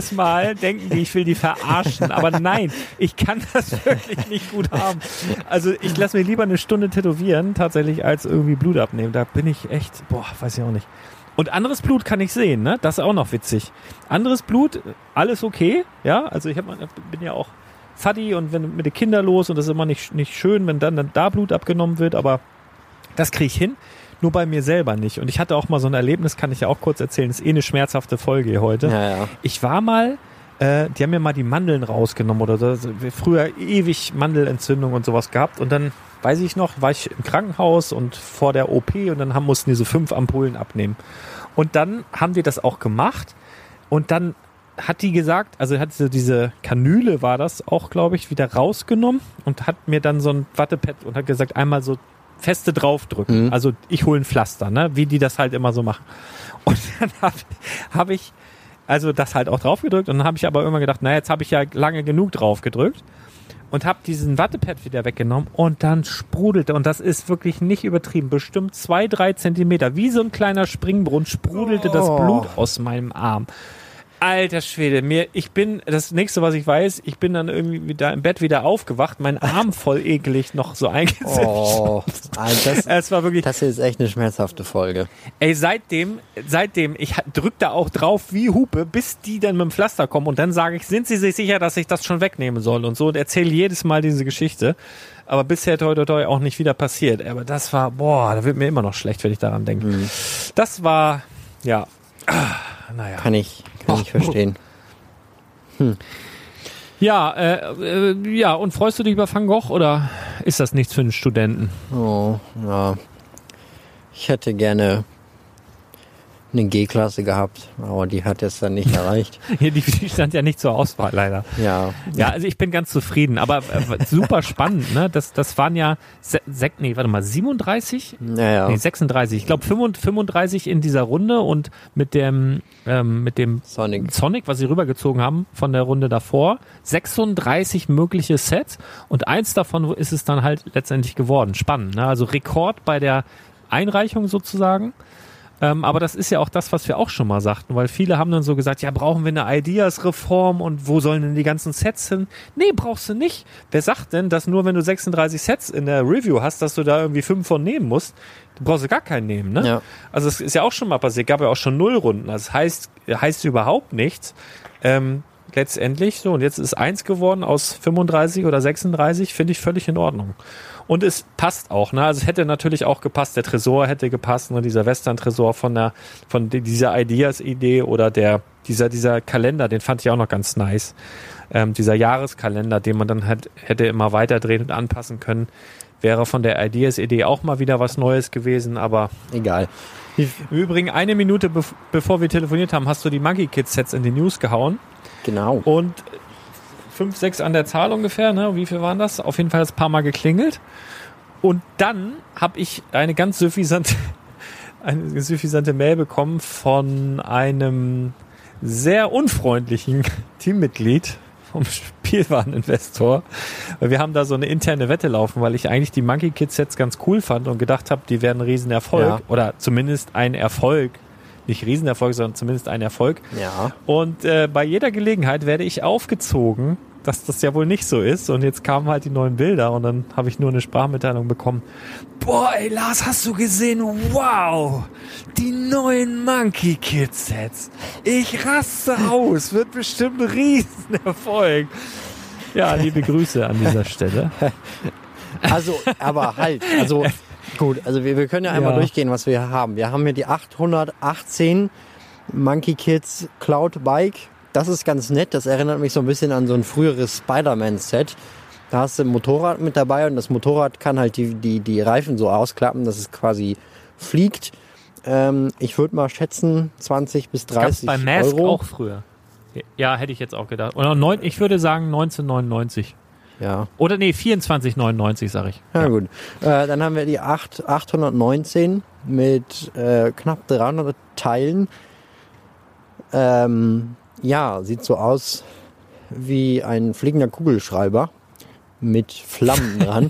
die, ich will die verarschen. Aber nein, ich kann das wirklich nicht gut haben. Also ich lasse mir lieber eine Stunde tätowieren, tatsächlich, als irgendwie Blut abnehmen. Da bin ich echt, weiß ich auch nicht. Und anderes Blut kann ich sehen, ne? Das ist auch noch witzig. Anderes Blut, alles okay, ja? Also bin ja auch Faddy und wenn mit den Kindern los und das ist immer nicht schön, wenn dann da Blut abgenommen wird, aber das kriege ich hin. Nur bei mir selber nicht. Und ich hatte auch mal so ein Erlebnis, kann ich ja auch kurz erzählen, das ist eine schmerzhafte Folge hier heute. Ja. Ich war mal, die haben mir mal die Mandeln rausgenommen oder so. Früher ewig Mandelentzündung und sowas gehabt. Und dann, weiß ich noch, war ich im Krankenhaus und vor der OP und dann mussten die so 5 Ampullen abnehmen. Und dann haben die das auch gemacht. Und dann hat die gesagt, also hat so diese Kanüle war das auch, glaube ich, wieder rausgenommen und hat mir dann so ein Wattepad und hat gesagt, einmal so feste draufdrücken. Also ich hole ein Pflaster, ne? Wie die das halt immer so machen. Und dann hab ich also das halt auch draufgedrückt und dann habe ich aber irgendwann gedacht, jetzt habe ich ja lange genug draufgedrückt und habe diesen Wattepad wieder weggenommen und dann sprudelte, und das ist wirklich nicht übertrieben, bestimmt 2-3 Zentimeter, wie so ein kleiner Springbrunnen sprudelte das Blut aus meinem Arm. Alter Schwede, das nächste, was ich weiß, ich bin dann irgendwie wieder im Bett wieder aufgewacht, mein Arm voll eklig noch so eingesetzt. Oh, Es war wirklich. Das hier ist echt eine schmerzhafte Folge. Ey, seitdem, ich drück da auch drauf wie Hupe, bis die dann mit dem Pflaster kommen und dann sage ich, sind sie sich sicher, dass ich das schon wegnehmen soll und so und erzähle jedes Mal diese Geschichte. Aber bisher toi toi toi auch nicht wieder passiert. Aber das war, da wird mir immer noch schlecht, wenn ich daran denke. Das war, ja, naja. Kann ich verstehen. Ja, und freust du dich über Van Gogh oder ist das nichts für einen Studenten? Oh, ja. Ich hätte gerne eine G-Klasse gehabt, aber die hat es dann nicht erreicht. Die stand ja nicht zur Auswahl, leider. Ja. Ja, also ich bin ganz zufrieden, aber super spannend, ne? Das waren ja 37? Ja. Nee, 36. Ich glaube 35 in dieser Runde und mit dem Sonic, was sie rübergezogen haben von der Runde davor, 36 mögliche Sets und eins davon ist es dann halt letztendlich geworden. Spannend, ne? Also Rekord bei der Einreichung sozusagen. Aber das ist ja auch das, was wir auch schon mal sagten, weil viele haben dann so gesagt, ja, brauchen wir eine Ideas-Reform und wo sollen denn die ganzen Sets hin? Nee, brauchst du nicht. Wer sagt denn, dass nur wenn du 36 Sets in der Review hast, dass du da irgendwie 5 von nehmen musst? Du brauchst gar keinen nehmen, ne? Ja. Also es ist ja auch schon mal passiert, gab ja auch schon 0 Runden. Das heißt überhaupt nichts. Letztendlich so, und jetzt ist 1 geworden aus 35 oder 36, finde ich völlig in Ordnung. Und es passt auch, ne? Also es hätte natürlich auch gepasst, der Tresor hätte gepasst, ne? Dieser Western-Tresor von dieser Ideas-Idee oder dieser Kalender, den fand ich auch noch ganz nice. Dieser Jahreskalender, den man dann halt hätte immer weiter drehen und anpassen können, wäre von der Ideas-Idee auch mal wieder was Neues gewesen, aber egal. Im Übrigen 1 Minute bevor wir telefoniert haben, hast du die Monkey Kids Sets in die News gehauen. Genau. Und 5, 6 an der Zahl ungefähr, ne? Wie viel waren das? Auf jeden Fall hat es ein paar Mal geklingelt. Und dann habe ich eine ganz suffisante Mail bekommen von einem sehr unfreundlichen Teammitglied vom Spielwareninvestor. Weil wir haben da so eine interne Wette laufen, weil ich eigentlich die Monkey Kids Sets ganz cool fand und gedacht habe, die wären ein Riesenerfolg. Ja. Oder zumindest ein Erfolg. Nicht Riesenerfolg, sondern zumindest ein Erfolg. Ja. Und bei jeder Gelegenheit werde ich aufgezogen, dass das ja wohl nicht so ist. Und jetzt kamen halt die neuen Bilder und dann habe ich nur eine Sprachmitteilung bekommen. Boah, ey Lars, hast du gesehen? Wow, die neuen Monkey Kids Sets. Ich raste aus, wird bestimmt ein Riesenerfolg. Ja, liebe Grüße an dieser Stelle. Also, aber halt, also gut, also wir können ja einmal durchgehen, was wir hier haben. Wir haben hier die 818 Monkey Kids Cloud Bike. Das ist ganz nett, das erinnert mich so ein bisschen an so ein früheres Spider-Man-Set. Da hast du ein Motorrad mit dabei und das Motorrad kann halt die Reifen so ausklappen, dass es quasi fliegt. Ich würde mal schätzen 20 bis 30 bei Mask Euro. auch früher. Ja, hätte ich jetzt auch gedacht. Oder ich würde sagen 1999. Ja. Oder nee, 24,99 sage ich. Ja, gut. Dann haben wir die 819 mit knapp 300 Teilen. Ja, sieht so aus wie ein fliegender Kugelschreiber mit Flammen dran.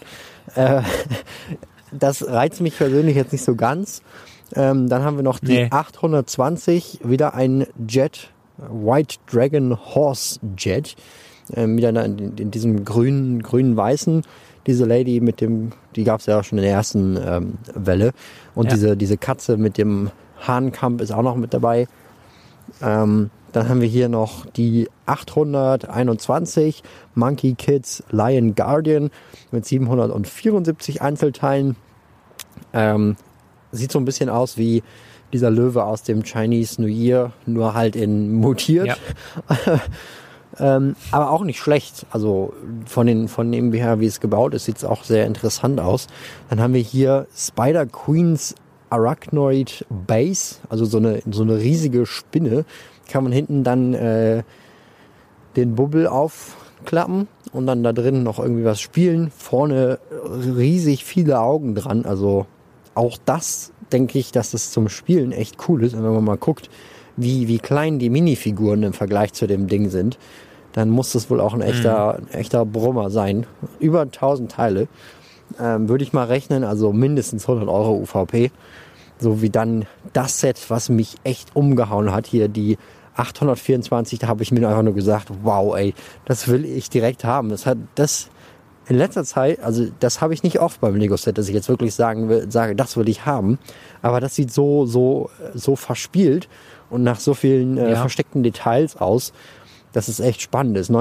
Das reizt mich persönlich jetzt nicht so ganz. Dann haben wir noch die 820, wieder ein Jet, White Dragon Horse Jet. Wieder in diesem grün-weißen. Diese Lady mit dem, die gab es ja schon in der ersten Welle. Und diese Katze mit dem Hahnkampf ist auch noch mit dabei. Dann haben wir hier noch die 821 Monkey Kids Lion Guardian mit 774 Einzelteilen. Sieht so ein bisschen aus wie dieser Löwe aus dem Chinese New Year, nur halt in mutiert. Ja. Aber auch nicht schlecht. Also von dem her, wie es gebaut ist, sieht es auch sehr interessant aus. Dann haben wir hier Spider Queen's Arachnoid Base, also so eine riesige Spinne. Kann man hinten dann den Bubbel aufklappen und dann da drin noch irgendwie was spielen. Vorne riesig viele Augen dran. Also auch das denke ich, dass das zum Spielen echt cool ist. Und wenn man mal guckt, wie klein die Minifiguren im Vergleich zu dem Ding sind, dann muss das wohl auch ein echter Brummer sein. Über 1000 Teile. Würde ich mal rechnen, also mindestens 100 Euro UVP. So wie dann das Set, was mich echt umgehauen hat, hier die 824, da habe ich mir einfach nur gesagt, wow, ey, das will ich direkt haben. Das in letzter Zeit, also das habe ich nicht oft beim Lego-Set, dass ich jetzt wirklich sage, das will ich haben. Aber das sieht so verspielt und nach so vielen versteckten Details aus, dass es echt spannend ist.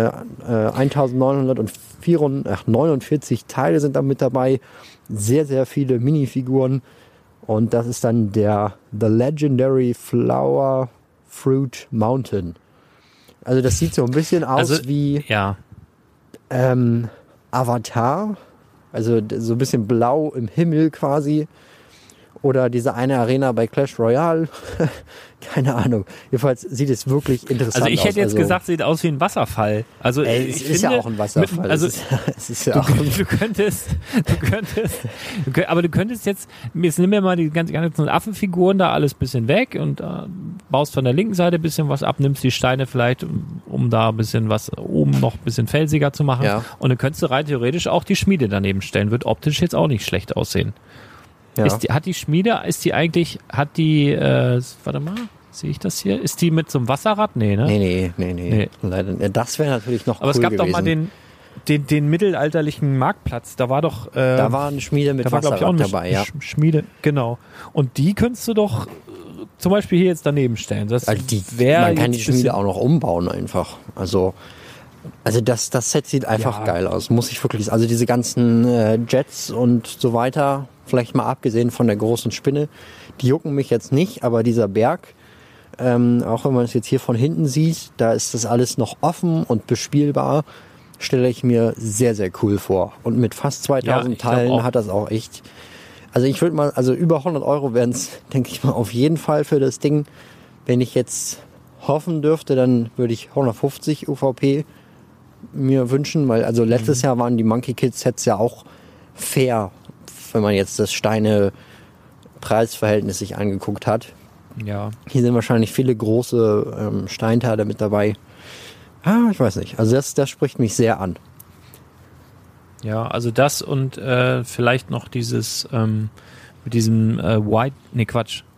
1949 Teile sind da mit dabei, sehr, sehr viele Minifiguren. Und das ist dann der The Legendary Flower Fruit Mountain. Also das sieht so ein bisschen aus wie Avatar. Also so ein bisschen blau im Himmel quasi. Oder diese eine Arena bei Clash Royale. Keine Ahnung. Jedenfalls sieht es wirklich interessant aus. Also ich hätte jetzt gesagt, sieht aus wie ein Wasserfall. Also es ist ja auch ein Wasserfall. Aber du könntest jetzt nimm mir mal die ganzen Affenfiguren da alles ein bisschen weg und baust von der linken Seite ein bisschen was ab, nimmst die Steine vielleicht, um da ein bisschen was oben noch ein bisschen felsiger zu machen. Ja. Und dann könntest du rein theoretisch auch die Schmiede daneben stellen. Wird optisch jetzt auch nicht schlecht aussehen. Ja. Hat die Schmiede, warte mal, sehe ich das hier? Ist die mit so einem Wasserrad? Nee, ne? Nee. Leider. Das wäre natürlich noch aber cool gewesen. Aber es gab gewesen. doch mal den mittelalterlichen Marktplatz, da war doch... da war eine Schmiede mit Wasserrad dabei, ja. Schmiede, genau. Und die könntest du doch zum Beispiel hier jetzt daneben stellen. Das man kann die Schmiede auch noch umbauen einfach. Also das Set sieht einfach geil aus, muss ich wirklich. Also diese ganzen Jets und so weiter, vielleicht mal abgesehen von der großen Spinne, die jucken mich jetzt nicht, aber dieser Berg, auch wenn man es jetzt hier von hinten sieht, da ist das alles noch offen und bespielbar, stelle ich mir sehr, sehr cool vor. Und mit fast 2000 Teilen hat das auch echt, also ich würde mal, also über 100 Euro wären es, denke ich mal, auf jeden Fall für das Ding. Wenn ich jetzt hoffen dürfte, dann würde ich 150 UVP mir wünschen, weil also letztes Jahr waren die Monkey Kids Sets ja auch fair, wenn man jetzt das Steine-Preisverhältnis sich angeguckt hat. Ja. Hier sind wahrscheinlich viele große Steinteile mit dabei. Ich weiß nicht. Also das spricht mich sehr an. Ja, also das und vielleicht noch dieses mit diesem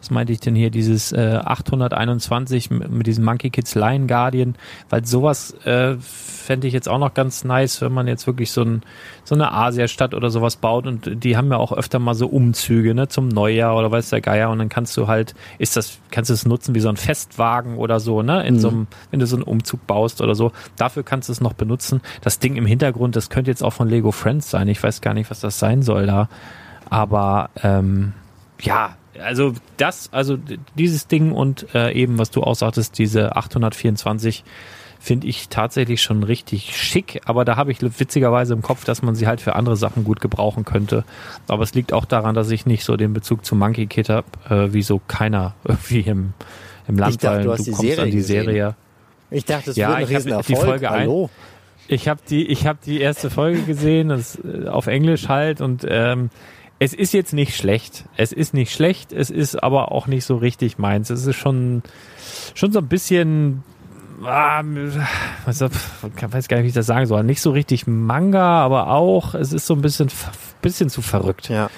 was meinte ich denn hier, dieses 821 mit diesem Monkey Kids Lion Guardian, weil sowas fände ich jetzt auch noch ganz nice, wenn man jetzt wirklich so eine Asiastadt oder sowas baut, und die haben ja auch öfter mal so Umzüge, ne, zum Neujahr oder weiß der Geier, und dann kannst du halt, kannst du es nutzen wie so ein Festwagen oder so, ne, wenn du so einen Umzug baust oder so, dafür kannst du es noch benutzen. Das Ding im Hintergrund, das könnte jetzt auch von Lego Friends sein, ich weiß gar nicht, was das sein soll da, aber ja, also dieses Ding und eben, was du auch sagtest, diese 824 finde ich tatsächlich schon richtig schick, aber da habe ich witzigerweise im Kopf, dass man sie halt für andere Sachen gut gebrauchen könnte. Aber es liegt auch daran, dass ich nicht so den Bezug zu Monkey Kid habe, wie so keiner irgendwie im Land, Ich dachte, weil du hast die Serie gesehen. Ich dachte, es wird ein Riesenerfolg. Die Folge Hallo? Ich habe die erste Folge gesehen, das auf Englisch halt, und es ist jetzt nicht schlecht. Es ist nicht schlecht, es ist aber auch nicht so richtig meins. Es ist schon so ein bisschen, ich weiß gar nicht, wie ich das sagen soll. Nicht so richtig Manga, aber auch, es ist so ein bisschen zu verrückt. Ja.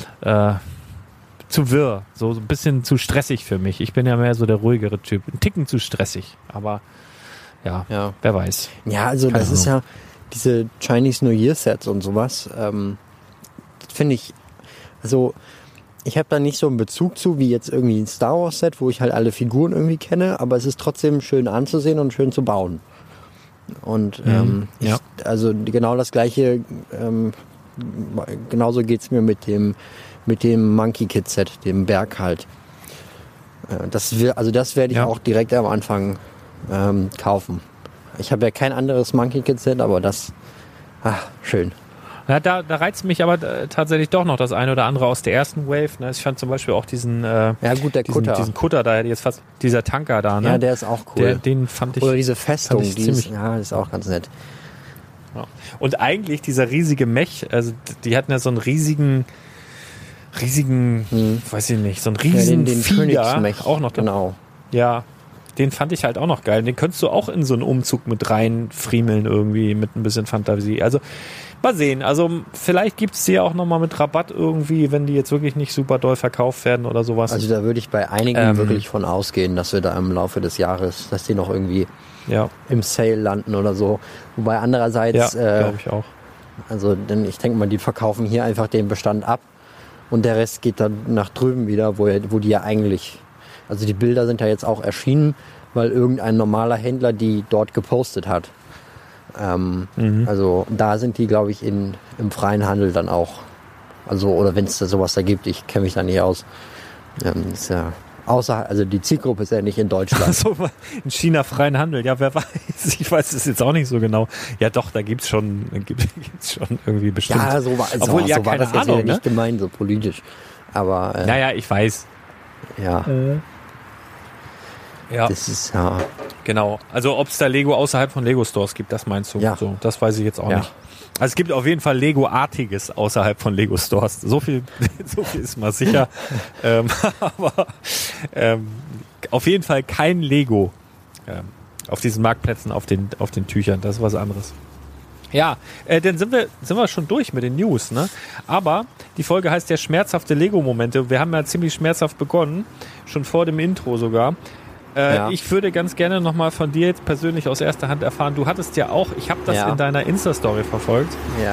Zu wirr, so ein bisschen zu stressig für mich. Ich bin ja mehr so der ruhigere Typ. Ein Ticken zu stressig, aber ja. Wer weiß. Ja, also das ist ja diese Chinese New Year Sets und sowas, finde ich, also ich habe da nicht so einen Bezug zu, wie jetzt irgendwie ein Star Wars Set, wo ich halt alle Figuren irgendwie kenne, aber es ist trotzdem schön anzusehen und schön zu bauen. Und also genau das Gleiche, genauso geht's mir mit dem Monkey Kid Set, dem Berg halt. Das werde ich auch direkt am Anfang kaufen. Ich habe ja kein anderes Monkey Kid Set, aber das, schön. Ja, da reizt mich aber tatsächlich doch noch das eine oder andere aus der ersten Wave. Ne? Ich fand zum Beispiel auch diesen Kutter. Diesen Kutter da, jetzt fast dieser Tanker da. Ne? Ja, der ist auch cool. Den fand ich. Oder diese Festung, ziemlich. ist auch ganz nett. Ja. Und eigentlich dieser riesige Mech, also die hatten ja so einen riesigen, weiß ich nicht, so einen riesigen den Fieder Königsmech auch noch. Genau. Ja, den fand ich halt auch noch geil. Den könntest du auch in so einen Umzug mit reinfriemeln irgendwie, mit ein bisschen Fantasie. Also mal sehen. Also vielleicht gibt es die ja auch nochmal mit Rabatt irgendwie, wenn die jetzt wirklich nicht super doll verkauft werden oder sowas. Also da würde ich bei einigen wirklich von ausgehen, dass wir da im Laufe des Jahres, dass die noch irgendwie im Sale landen oder so. Wobei andererseits, glaube ich auch. Also denn ich denke mal, die verkaufen hier einfach den Bestand ab und der Rest geht dann nach drüben wieder, wo die ja eigentlich, also die Bilder sind ja jetzt auch erschienen, weil irgendein normaler Händler die dort gepostet hat. Also da sind die, glaube ich, im freien Handel dann auch. Also, oder wenn es da sowas da gibt, ich kenne mich da nicht aus. Ist ja also die Zielgruppe ist ja nicht in Deutschland. Also in China freien Handel, ja, wer weiß. Ich weiß es jetzt auch nicht so genau. Ja doch, da gibt's schon irgendwie bestimmt. Ja, so war Obwohl, so war das jetzt Ahnung, nicht gemeint, so politisch. Aber naja, ich weiß. Ja. Ja. Das ist ja. Genau. Also ob es da Lego außerhalb von Lego Stores gibt, das meinst du? Ja. So, das weiß ich jetzt auch nicht. Also es gibt auf jeden Fall Lego-artiges außerhalb von Lego Stores. So viel ist mal sicher. Aber auf jeden Fall kein Lego auf diesen Marktplätzen, auf den Tüchern. Das ist was anderes. Ja, dann sind wir schon durch mit den News, ne? Aber die Folge heißt ja schmerzhafte Lego-Momente. Wir haben ja ziemlich schmerzhaft begonnen, schon vor dem Intro sogar. Ich würde ganz gerne nochmal von dir jetzt persönlich aus erster Hand erfahren, du hattest ja auch, ich habe das in deiner Insta-Story verfolgt,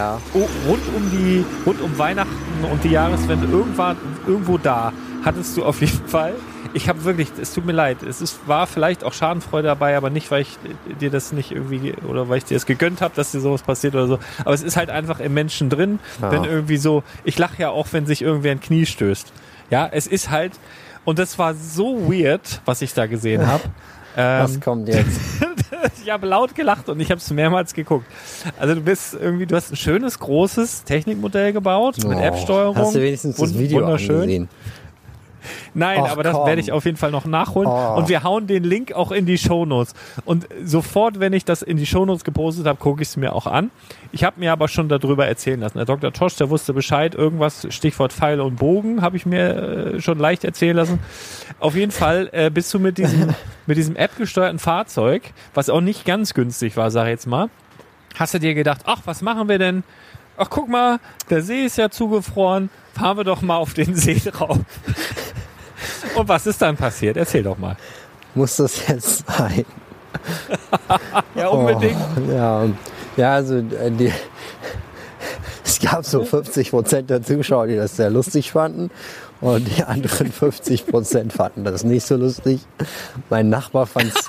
rund um Weihnachten und die Jahreswende, irgendwo da, hattest du auf jeden Fall, ich habe wirklich, es tut mir leid, war vielleicht auch Schadenfreude dabei, aber nicht, weil ich dir das nicht irgendwie, oder weil ich dir das gegönnt habe, dass dir sowas passiert oder so, aber es ist halt einfach im Menschen drin, wenn irgendwie so, ich lache ja auch, wenn sich irgendwer ein Knie stößt. Ja, es ist halt, und das war so weird, was ich da gesehen habe. Was kommt jetzt? Ich habe laut gelacht und ich habe es mehrmals geguckt. Also du hast ein schönes, großes Technikmodell gebaut mit App-Steuerung. Hast du wenigstens das Video angesehen? Nein, aber das werde ich auf jeden Fall noch nachholen. Und wir hauen den Link auch in die Shownotes. Und sofort, wenn ich das in die Shownotes gepostet habe, gucke ich es mir auch an. Ich habe mir aber schon darüber erzählen lassen. Der Dr. Tosch, der wusste Bescheid. Irgendwas, Stichwort Pfeil und Bogen, habe ich mir schon leicht erzählen lassen. Auf jeden Fall bist du mit diesem App-gesteuerten Fahrzeug, was auch nicht ganz günstig war, sag ich jetzt mal, hast du dir gedacht, ach, was machen wir denn? Ach, guck mal, der See ist ja zugefroren. Fahren wir doch mal auf den See drauf. Und was ist dann passiert? Erzähl doch mal. Muss das jetzt sein? Ja, unbedingt. Oh, ja, also es gab so 50% der Zuschauer, die das sehr lustig fanden. Und die anderen 50% fanden das nicht so lustig. Mein Nachbar fand's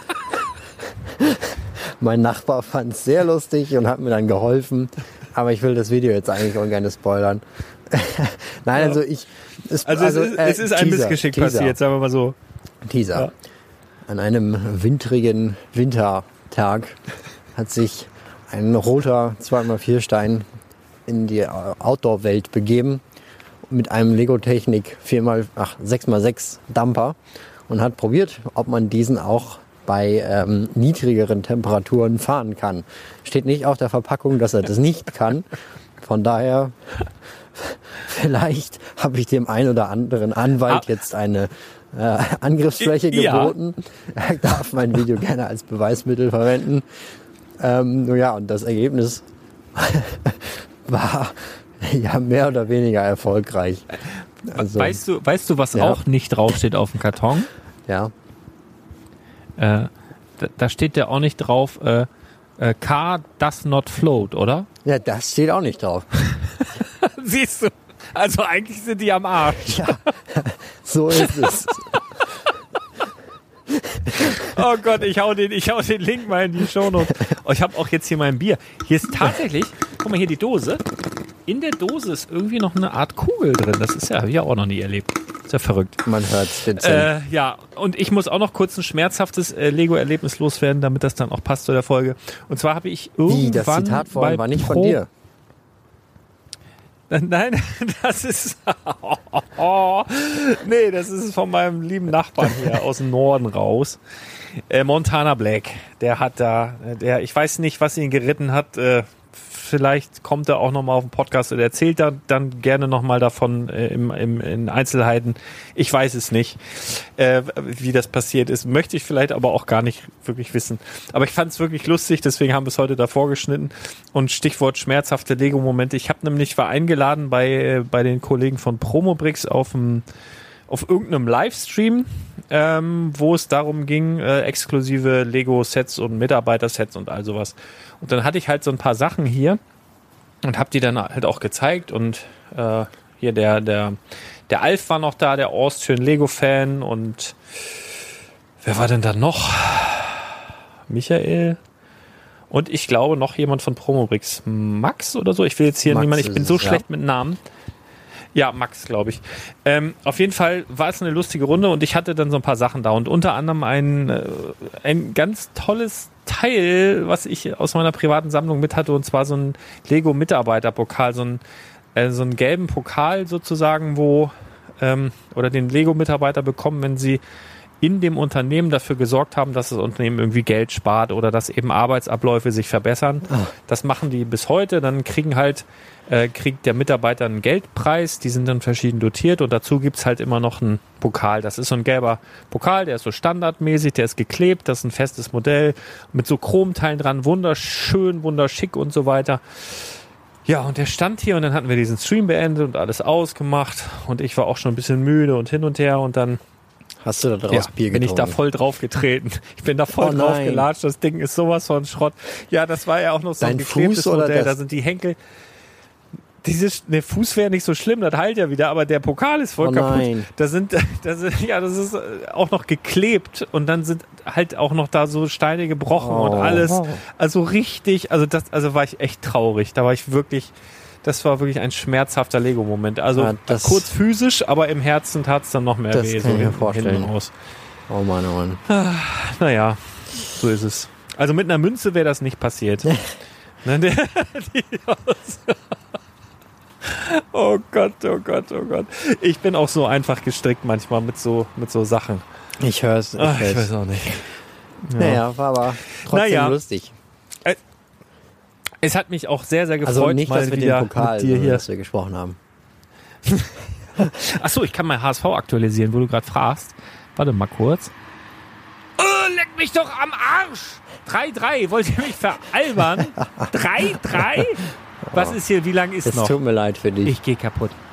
sehr lustig und hat mir dann geholfen. Aber ich will das Video jetzt eigentlich ungern spoilern. Nein, also es ist ein Missgeschick passiert, sagen wir mal so. Teaser. Ja. An einem wintrigen Wintertag hat sich ein roter 2x4 in die Outdoor-Welt begeben mit einem Lego-Technik 6x6 Dumper und hat probiert, ob man diesen auch bei niedrigeren Temperaturen fahren kann. Steht nicht auf der Verpackung, dass er das nicht kann. Von daher, vielleicht habe ich dem einen oder anderen Anwalt jetzt eine Angriffsfläche geboten. Ja. Er darf mein Video gerne als Beweismittel verwenden. Und das Ergebnis war ja mehr oder weniger erfolgreich. Also, weißt du, was auch nicht draufsteht auf dem Karton? Ja. Da steht ja auch nicht drauf, car does not float, oder? Ja, das steht auch nicht drauf. Siehst du, also eigentlich sind die am Arsch. Ja, so ist es. Oh Gott, ich hau den Link mal in die Shownotes. Oh, ich habe auch jetzt hier mein Bier. Hier ist tatsächlich, guck mal hier die Dose. In der Dose ist irgendwie noch eine Art Kugel drin. Das ist ja, habe ich auch noch nie erlebt. Ist ja verrückt. Man hört es. Ja, und ich muss auch noch kurz ein schmerzhaftes Lego-Erlebnis loswerden, damit das dann auch passt zu der Folge. Und zwar habe ich irgendwann das Zitat vorhin war nicht von dir. Nein, das ist nee, das ist von meinem lieben Nachbarn hier aus dem Norden raus. Montana Black, ich weiß nicht, was ihn geritten hat. Vielleicht kommt er auch nochmal auf den Podcast und erzählt dann gerne nochmal davon in Einzelheiten. Ich weiß es nicht, wie das passiert ist. Möchte ich vielleicht aber auch gar nicht wirklich wissen. Aber ich fand es wirklich lustig, deswegen haben wir es heute davor geschnitten. Und Stichwort schmerzhafte Lego-Momente. Ich war eingeladen bei den Kollegen von Promobrix auf irgendeinem Livestream, wo es darum ging, exklusive Lego-Sets und Mitarbeiter-Sets und all sowas. Und dann hatte ich halt so ein paar Sachen hier und habe die dann halt auch gezeigt. Und hier der Alf war noch da, der Austrian Lego-Fan. Und wer war denn da noch? Michael? Und ich glaube noch jemand von Promobrix. Max oder so? Ich will jetzt hier niemanden, ich bin so schlecht mit Namen. Ja, Max, glaube ich. Auf jeden Fall war es eine lustige Runde und ich hatte dann so ein paar Sachen da und unter anderem ein ganz tolles Teil, was ich aus meiner privaten Sammlung mit hatte, und zwar so ein Lego-Mitarbeiterpokal, so einen gelben Pokal sozusagen, oder den Lego-Mitarbeiter bekommen, wenn sie in dem Unternehmen dafür gesorgt haben, dass das Unternehmen irgendwie Geld spart oder dass eben Arbeitsabläufe sich verbessern. Oh. Das machen die bis heute. Dann kriegt der Mitarbeiter einen Geldpreis. Die sind dann verschieden dotiert und dazu gibt's halt immer noch einen Pokal. Das ist so ein gelber Pokal, der ist so standardmäßig, der ist geklebt, das ist ein festes Modell mit so Chromteilen dran, wunderschön, wunderschick und so weiter. Ja, und der stand hier und dann hatten wir diesen Stream beendet und alles ausgemacht und ich war auch schon ein bisschen müde und hin und her und dann hast du da draus Bier getrunken? Bin ich da voll drauf getreten. Ich bin da voll drauf gelatscht. Das Ding ist sowas von Schrott. Ja, das war ja auch noch so ein geklebtes Modell. Da sind die Henkel. Der Fuß wäre nicht so schlimm, das heilt ja wieder, aber der Pokal ist voll kaputt. Nein. Das ist auch noch geklebt und dann sind halt auch noch da so Steine gebrochen und alles. Also richtig, also war ich echt traurig. Das war wirklich ein schmerzhafter Lego-Moment. Also kurz physisch, aber im Herzen tat es dann noch mehr weh. Das kann ich mir vorstellen. Raus. Oh Mann, oh Mann. Naja, so ist es. Also mit einer Münze wäre das nicht passiert. Oh Gott, oh Gott, oh Gott. Ich bin auch so einfach gestrickt manchmal mit so Sachen. Ich hör's. Ich weiß auch nicht. Ja. Naja, war aber trotzdem lustig. Es hat mich auch sehr, sehr gefreut, also nicht, mal dass wir wieder den Pokal, mit dir hier, dass wir gesprochen haben. Achso, ich kann mein HSV aktualisieren, wo du gerade fragst. Warte mal kurz. Oh, leck mich doch am Arsch! 3-3, wollt ihr mich veralbern? 3-3? Was ist hier, wie lang ist das noch? Es tut mir leid für dich. Ich gehe kaputt.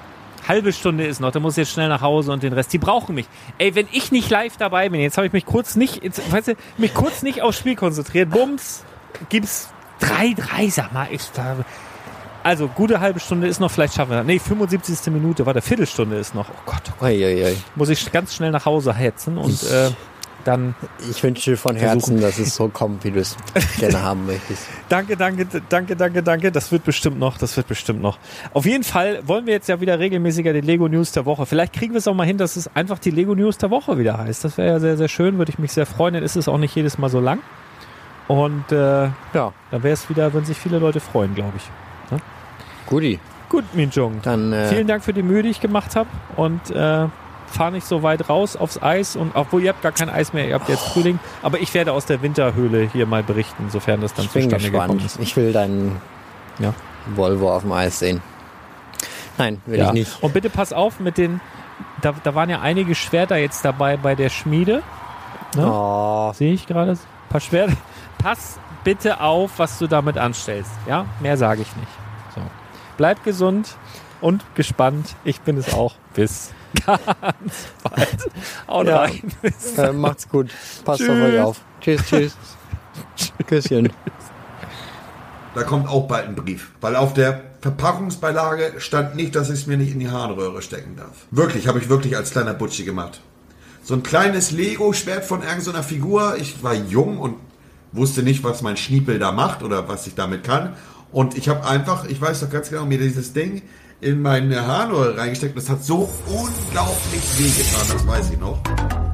halbe Stunde ist noch, da muss ich jetzt schnell nach Hause und den Rest, die brauchen mich. Ey, wenn ich nicht live dabei bin, jetzt habe ich mich kurz nicht aufs Spiel konzentriert, bums, gibt's 3-3, sag mal, also, gute halbe Stunde ist noch, vielleicht schaffen wir das. Nee, 75. Minute, warte, Viertelstunde ist noch. Oh Gott, muss ich ganz schnell nach Hause hetzen und dann... Ich wünsche dir von Herzen, dass es so kommt, wie du es gerne haben möchtest. Danke. Das wird bestimmt noch. Auf jeden Fall wollen wir jetzt ja wieder regelmäßiger die Lego News der Woche. Vielleicht kriegen wir es auch mal hin, dass es einfach die Lego News der Woche wieder heißt. Das wäre ja sehr, sehr schön, würde ich mich sehr freuen. Dann ist es auch nicht jedes Mal so lang. Und dann wäre es wieder, würden sich viele Leute freuen, glaube ich. Ne? Guti. Gut, Minjung. Dann vielen Dank für die Mühe, die ich gemacht habe. Und fahr nicht so weit raus aufs Eis. Und obwohl ihr habt gar kein Eis mehr, ihr habt jetzt Frühling. Aber ich werde aus der Winterhöhle hier mal berichten, sofern das dann zustande gekommen ist. Ich will deinen Volvo auf dem Eis sehen. Nein, will ich nicht. Und bitte pass auf mit den... Da waren ja einige Schwerter jetzt dabei bei der Schmiede. Ne? Oh. Sehe ich gerade ein paar Schwerter. Pass bitte auf, was du damit anstellst. Ja, mehr sage ich nicht. So. Bleib gesund und gespannt. Ich bin es auch. Bis ganz bald. Haut rein. Macht's gut. Passt auf euch auf. Tschüss. Küsschen. Da kommt auch bald ein Brief, weil auf der Verpackungsbeilage stand nicht, dass ich es mir nicht in die Harnröhre stecken darf. Wirklich, habe ich wirklich als kleiner Butschi gemacht. So ein kleines Lego-Schwert von irgendeiner Figur. Ich war jung und wusste nicht, was mein Schniepel da macht oder was ich damit kann. Und ich habe einfach, ich weiß doch ganz genau, mir dieses Ding in meine Harnröhre reingesteckt. Das hat so unglaublich wehgetan, das weiß ich noch.